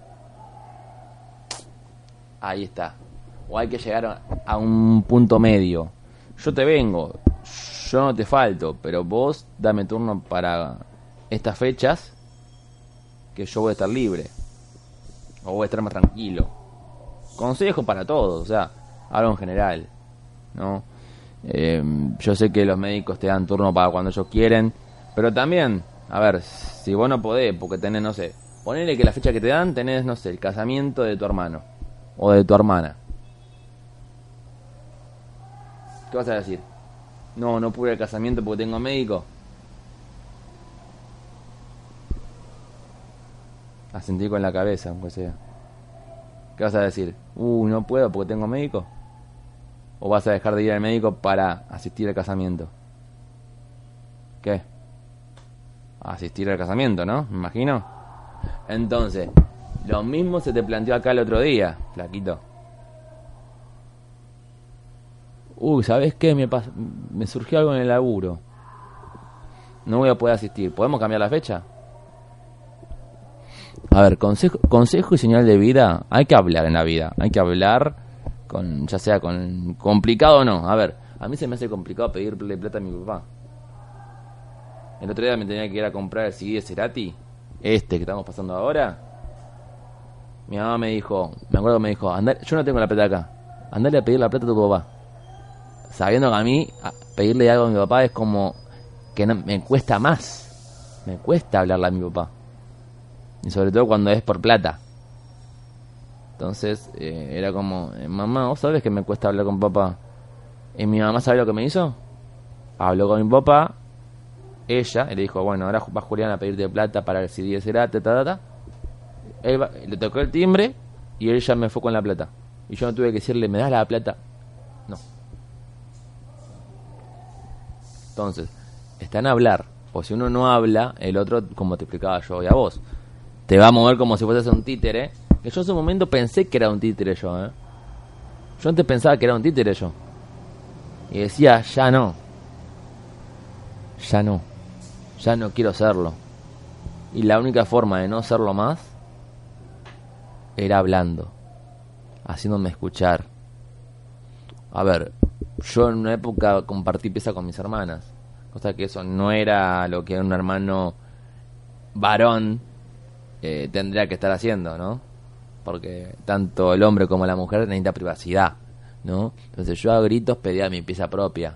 Ahí está. O hay que llegar a, a un punto medio. Yo te vengo, yo no te falto, pero vos dame turno para estas fechas que yo voy a estar libre, o voy a estar más tranquilo. Consejo para todos, o sea, hablo en general, ¿no? Eh, yo sé que los médicos te dan turno para cuando ellos quieren, pero también, a ver, si vos no podés, porque tenés, no sé, ponele que la fecha que te dan tenés, no sé, el casamiento de tu hermano o de tu hermana. ¿Qué vas a decir? No, no pude ir al casamiento porque tengo médico. A sentir con la cabeza, aunque sea. ¿Qué vas a decir? Uy, no puedo porque tengo médico. ¿O vas a dejar de ir al médico para asistir al casamiento? ¿Qué? Asistir al casamiento, ¿no? Me imagino. Entonces, lo mismo se te planteó acá el otro día, flaquito. Uy, ¿sabes qué? Me, pas- me surgió algo en el laburo. No voy a poder asistir. ¿Podemos cambiar la fecha? A ver, consejo, consejo y señal de vida. Hay que hablar en la vida. Hay que hablar, con ya sea con complicado o no. A ver, a mí se me hace complicado pedirle plata a mi papá. El otro día me tenía que ir a comprar el C D de Cerati, este que estamos pasando ahora. Mi mamá me dijo, me acuerdo que me dijo, andá, yo no tengo la plata acá. Andale a pedir la plata a tu papá. Sabiendo que a mí a pedirle algo a mi papá es como que no, me cuesta más. Me cuesta hablarle a mi papá. Y sobre todo cuando es por plata. Entonces eh, era como, eh, mamá, ¿vos sabés que me cuesta hablar con papá? Y mi mamá, ¿sabe lo que me hizo? Habló con mi papá ella, y le dijo, bueno, ahora va Julián a pedirte plata para el C D de Cerati, ta, ta, ta. Él va, le tocó el timbre y él ya me fue con la plata. Y yo no tuve que decirle, ¿me das la plata? No. Entonces, está en hablar. O si uno no habla, el otro, como te explicaba yo hoy a vos, te va a mover como si fueses un títere. Que yo en ese momento pensé que era un títere yo, ¿eh? Yo antes pensaba que era un títere yo. Y decía, ya no. Ya no. Ya no quiero serlo. Y la única forma de no serlo más era hablando, haciéndome escuchar. A ver, yo en una época compartí pieza con mis hermanas, cosa que eso no era lo que un hermano varón eh, tendría que estar haciendo, ¿no? Porque tanto el hombre como la mujer necesitan privacidad, ¿no? Entonces yo a gritos pedía mi pieza propia.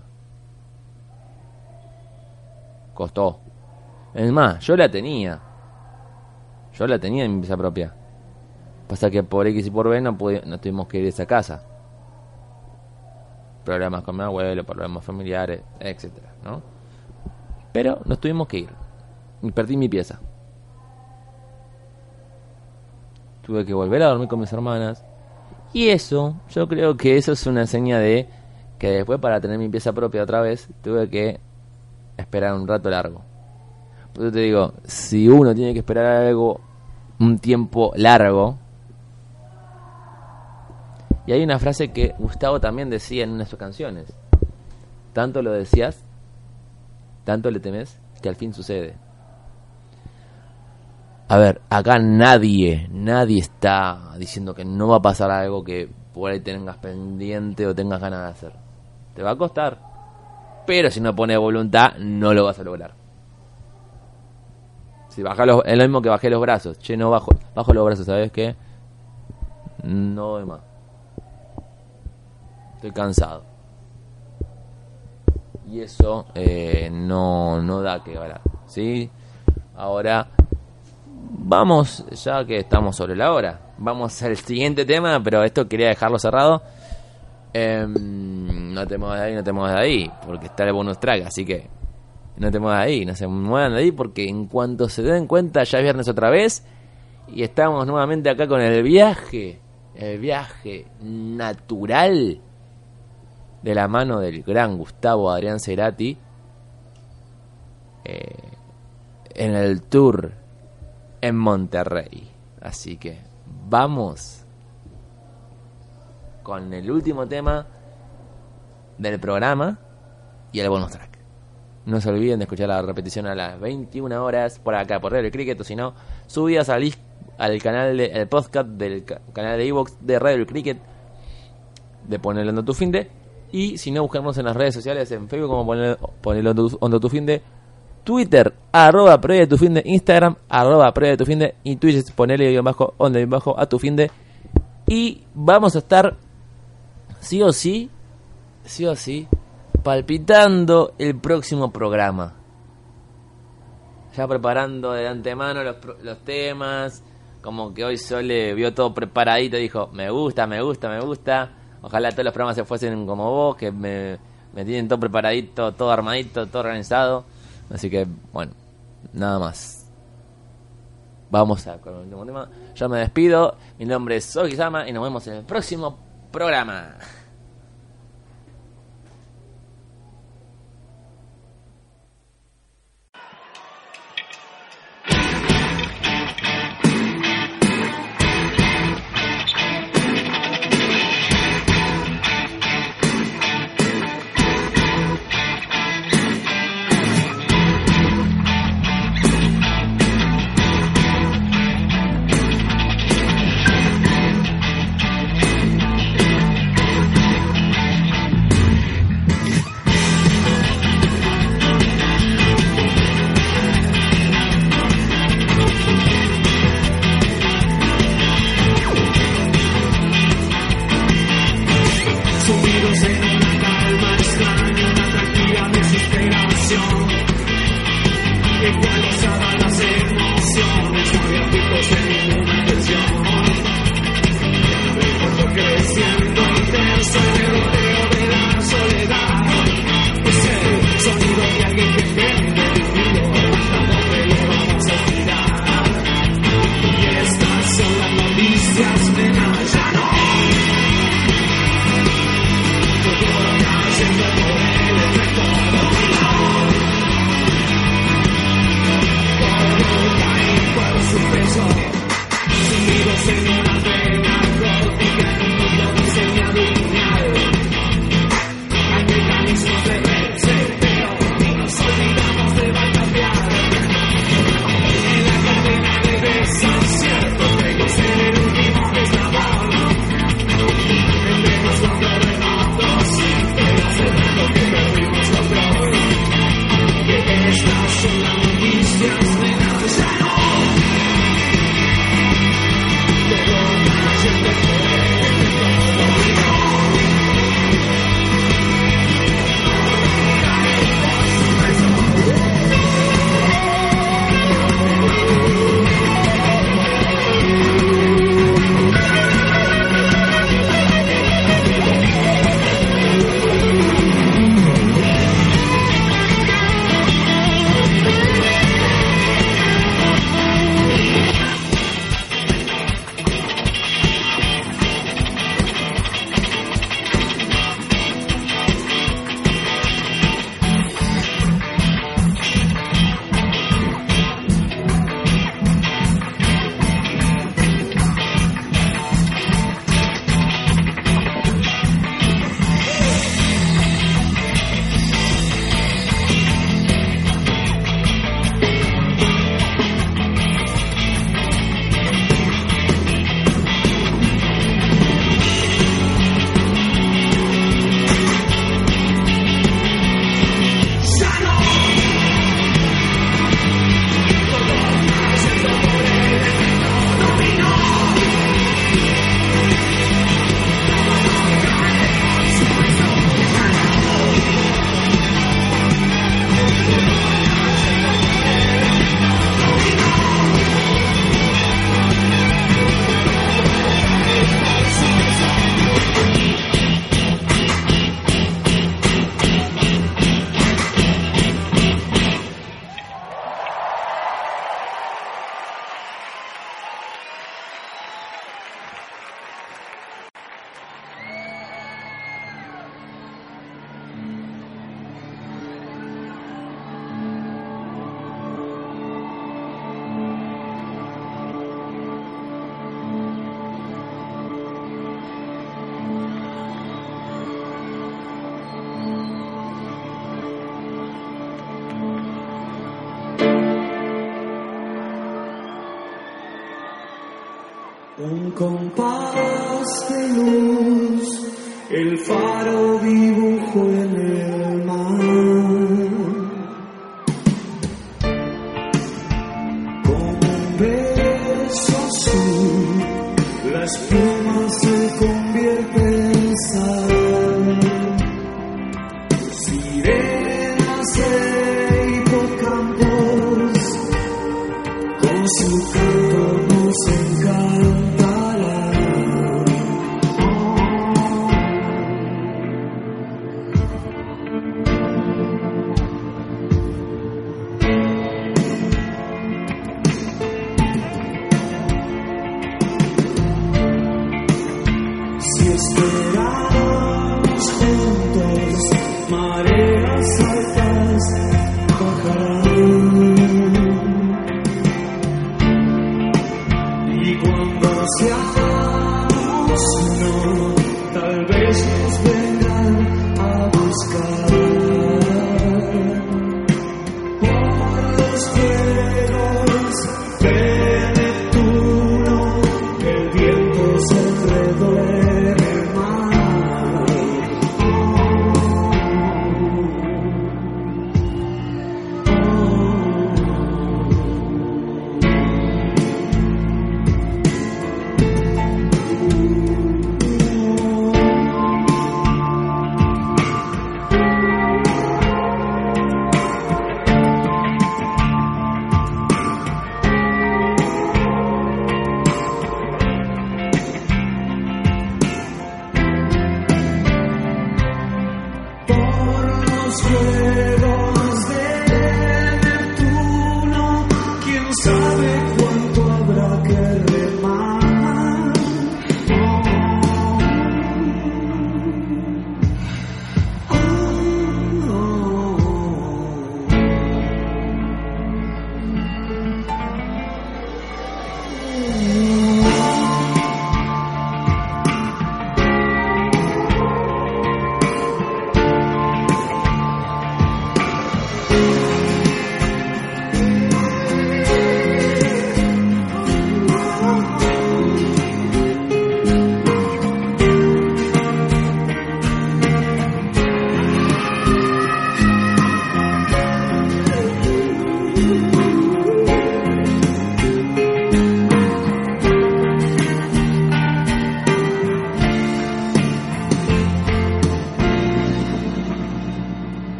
Costó. Es más, yo la tenía. Yo la tenía en mi pieza propia. Pasa que por X y por B no, pude, no tuvimos que ir a esa casa. Problemas con mi abuelo, problemas familiares, etcétera, ¿no? Pero nos tuvimos que ir. Y perdí mi pieza. Tuve que volver a dormir con mis hermanas. Y eso, yo creo que eso es una seña de que después, para tener mi pieza propia otra vez, tuve que esperar un rato largo. Por eso te digo, si uno tiene que esperar algo un tiempo largo. Y hay una frase que Gustavo también decía en una de sus canciones: tanto lo decías, tanto le temes, que al fin sucede. A ver, acá nadie, nadie está diciendo que no va a pasar algo que por ahí tengas pendiente o tengas ganas de hacer. Te va a costar, pero si no pones voluntad, no lo vas a lograr. Si bajas los, es lo mismo que bajé los brazos. Che, no bajo, bajo los brazos, ¿sabes qué? No doy más. Estoy cansado. Y eso eh, no, no da que hablar, ¿sí? Ahora, vamos, ya que estamos sobre la hora, vamos al siguiente tema, pero esto quería dejarlo cerrado. Eh, no te muevas de ahí, no te muevas de ahí, porque está el bonus track, así que no te muevas de ahí, no se muevan de ahí, porque en cuanto se den cuenta ya es viernes otra vez y estamos nuevamente acá con el viaje, el viaje natural de la mano del gran Gustavo Adrián Cerati, eh, en el tour en Monterrey. Así que vamos con el último tema del programa y el bonus track. No se olviden de escuchar la repetición a las veintiuna horas por acá, por Radio El Cricket, o si no, subidas al, al canal de, el podcast del ca- canal de iVoox de Radio El Cricket, de Ponelo Onda Tu Finde. Y si no, buscamos en las redes sociales, en Facebook como Ponelo Onda Tu Finde, Twitter, arroba Ponelo Tu Finde, Instagram, arroba Ponelo Tu Finde, y Twitch, Ponele guión bajo, onda guión bajo a Tu Finde. Y vamos a estar, sí o sí, sí o sí, palpitando el próximo programa. Ya preparando de antemano los, los temas, como que hoy Sole vio todo preparadito y dijo, me gusta, me gusta, me gusta. Ojalá todos los programas se fuesen como vos, que me, me tienen todo preparadito, todo armadito, todo organizado. Así que, bueno, nada más. Vamos a con el último tema. Yo me despido. Mi nombre es Sogi Sama y nos vemos en el próximo programa. compás de luz, el faro dibujó en el mar. Como un beso azul, la espuma se convierte en sal. Sirenas de hipocampos, con su canto nos encantará. Si esperamos juntos, mareas altas bajarán. Y cuando seamos uno, tal vez nos vengan a buscar. Por los juegos de Neptuno, el viento se enredó en el mar. Por los juegos de Neptuno, quién sabe cuánto habrá que remar. Oh, oh,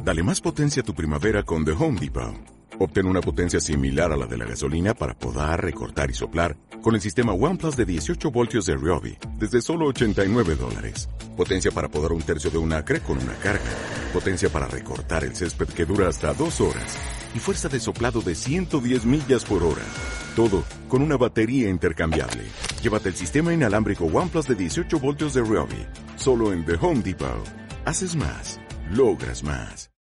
Dale más potencia a tu primavera con The Home Depot. Obtén una potencia similar a la de la gasolina para podar, recortar y soplar con el sistema OnePlus de dieciocho voltios de Ryobi desde solo ochenta y nueve dólares. Potencia para podar un tercio de un acre con una carga. Potencia para recortar el césped que dura hasta dos horas. Y fuerza de soplado de ciento diez millas por hora. Todo con una batería intercambiable. Llévate el sistema inalámbrico OnePlus de dieciocho voltios de Ryobi. Solo en The Home Depot. Haces más. Logras más.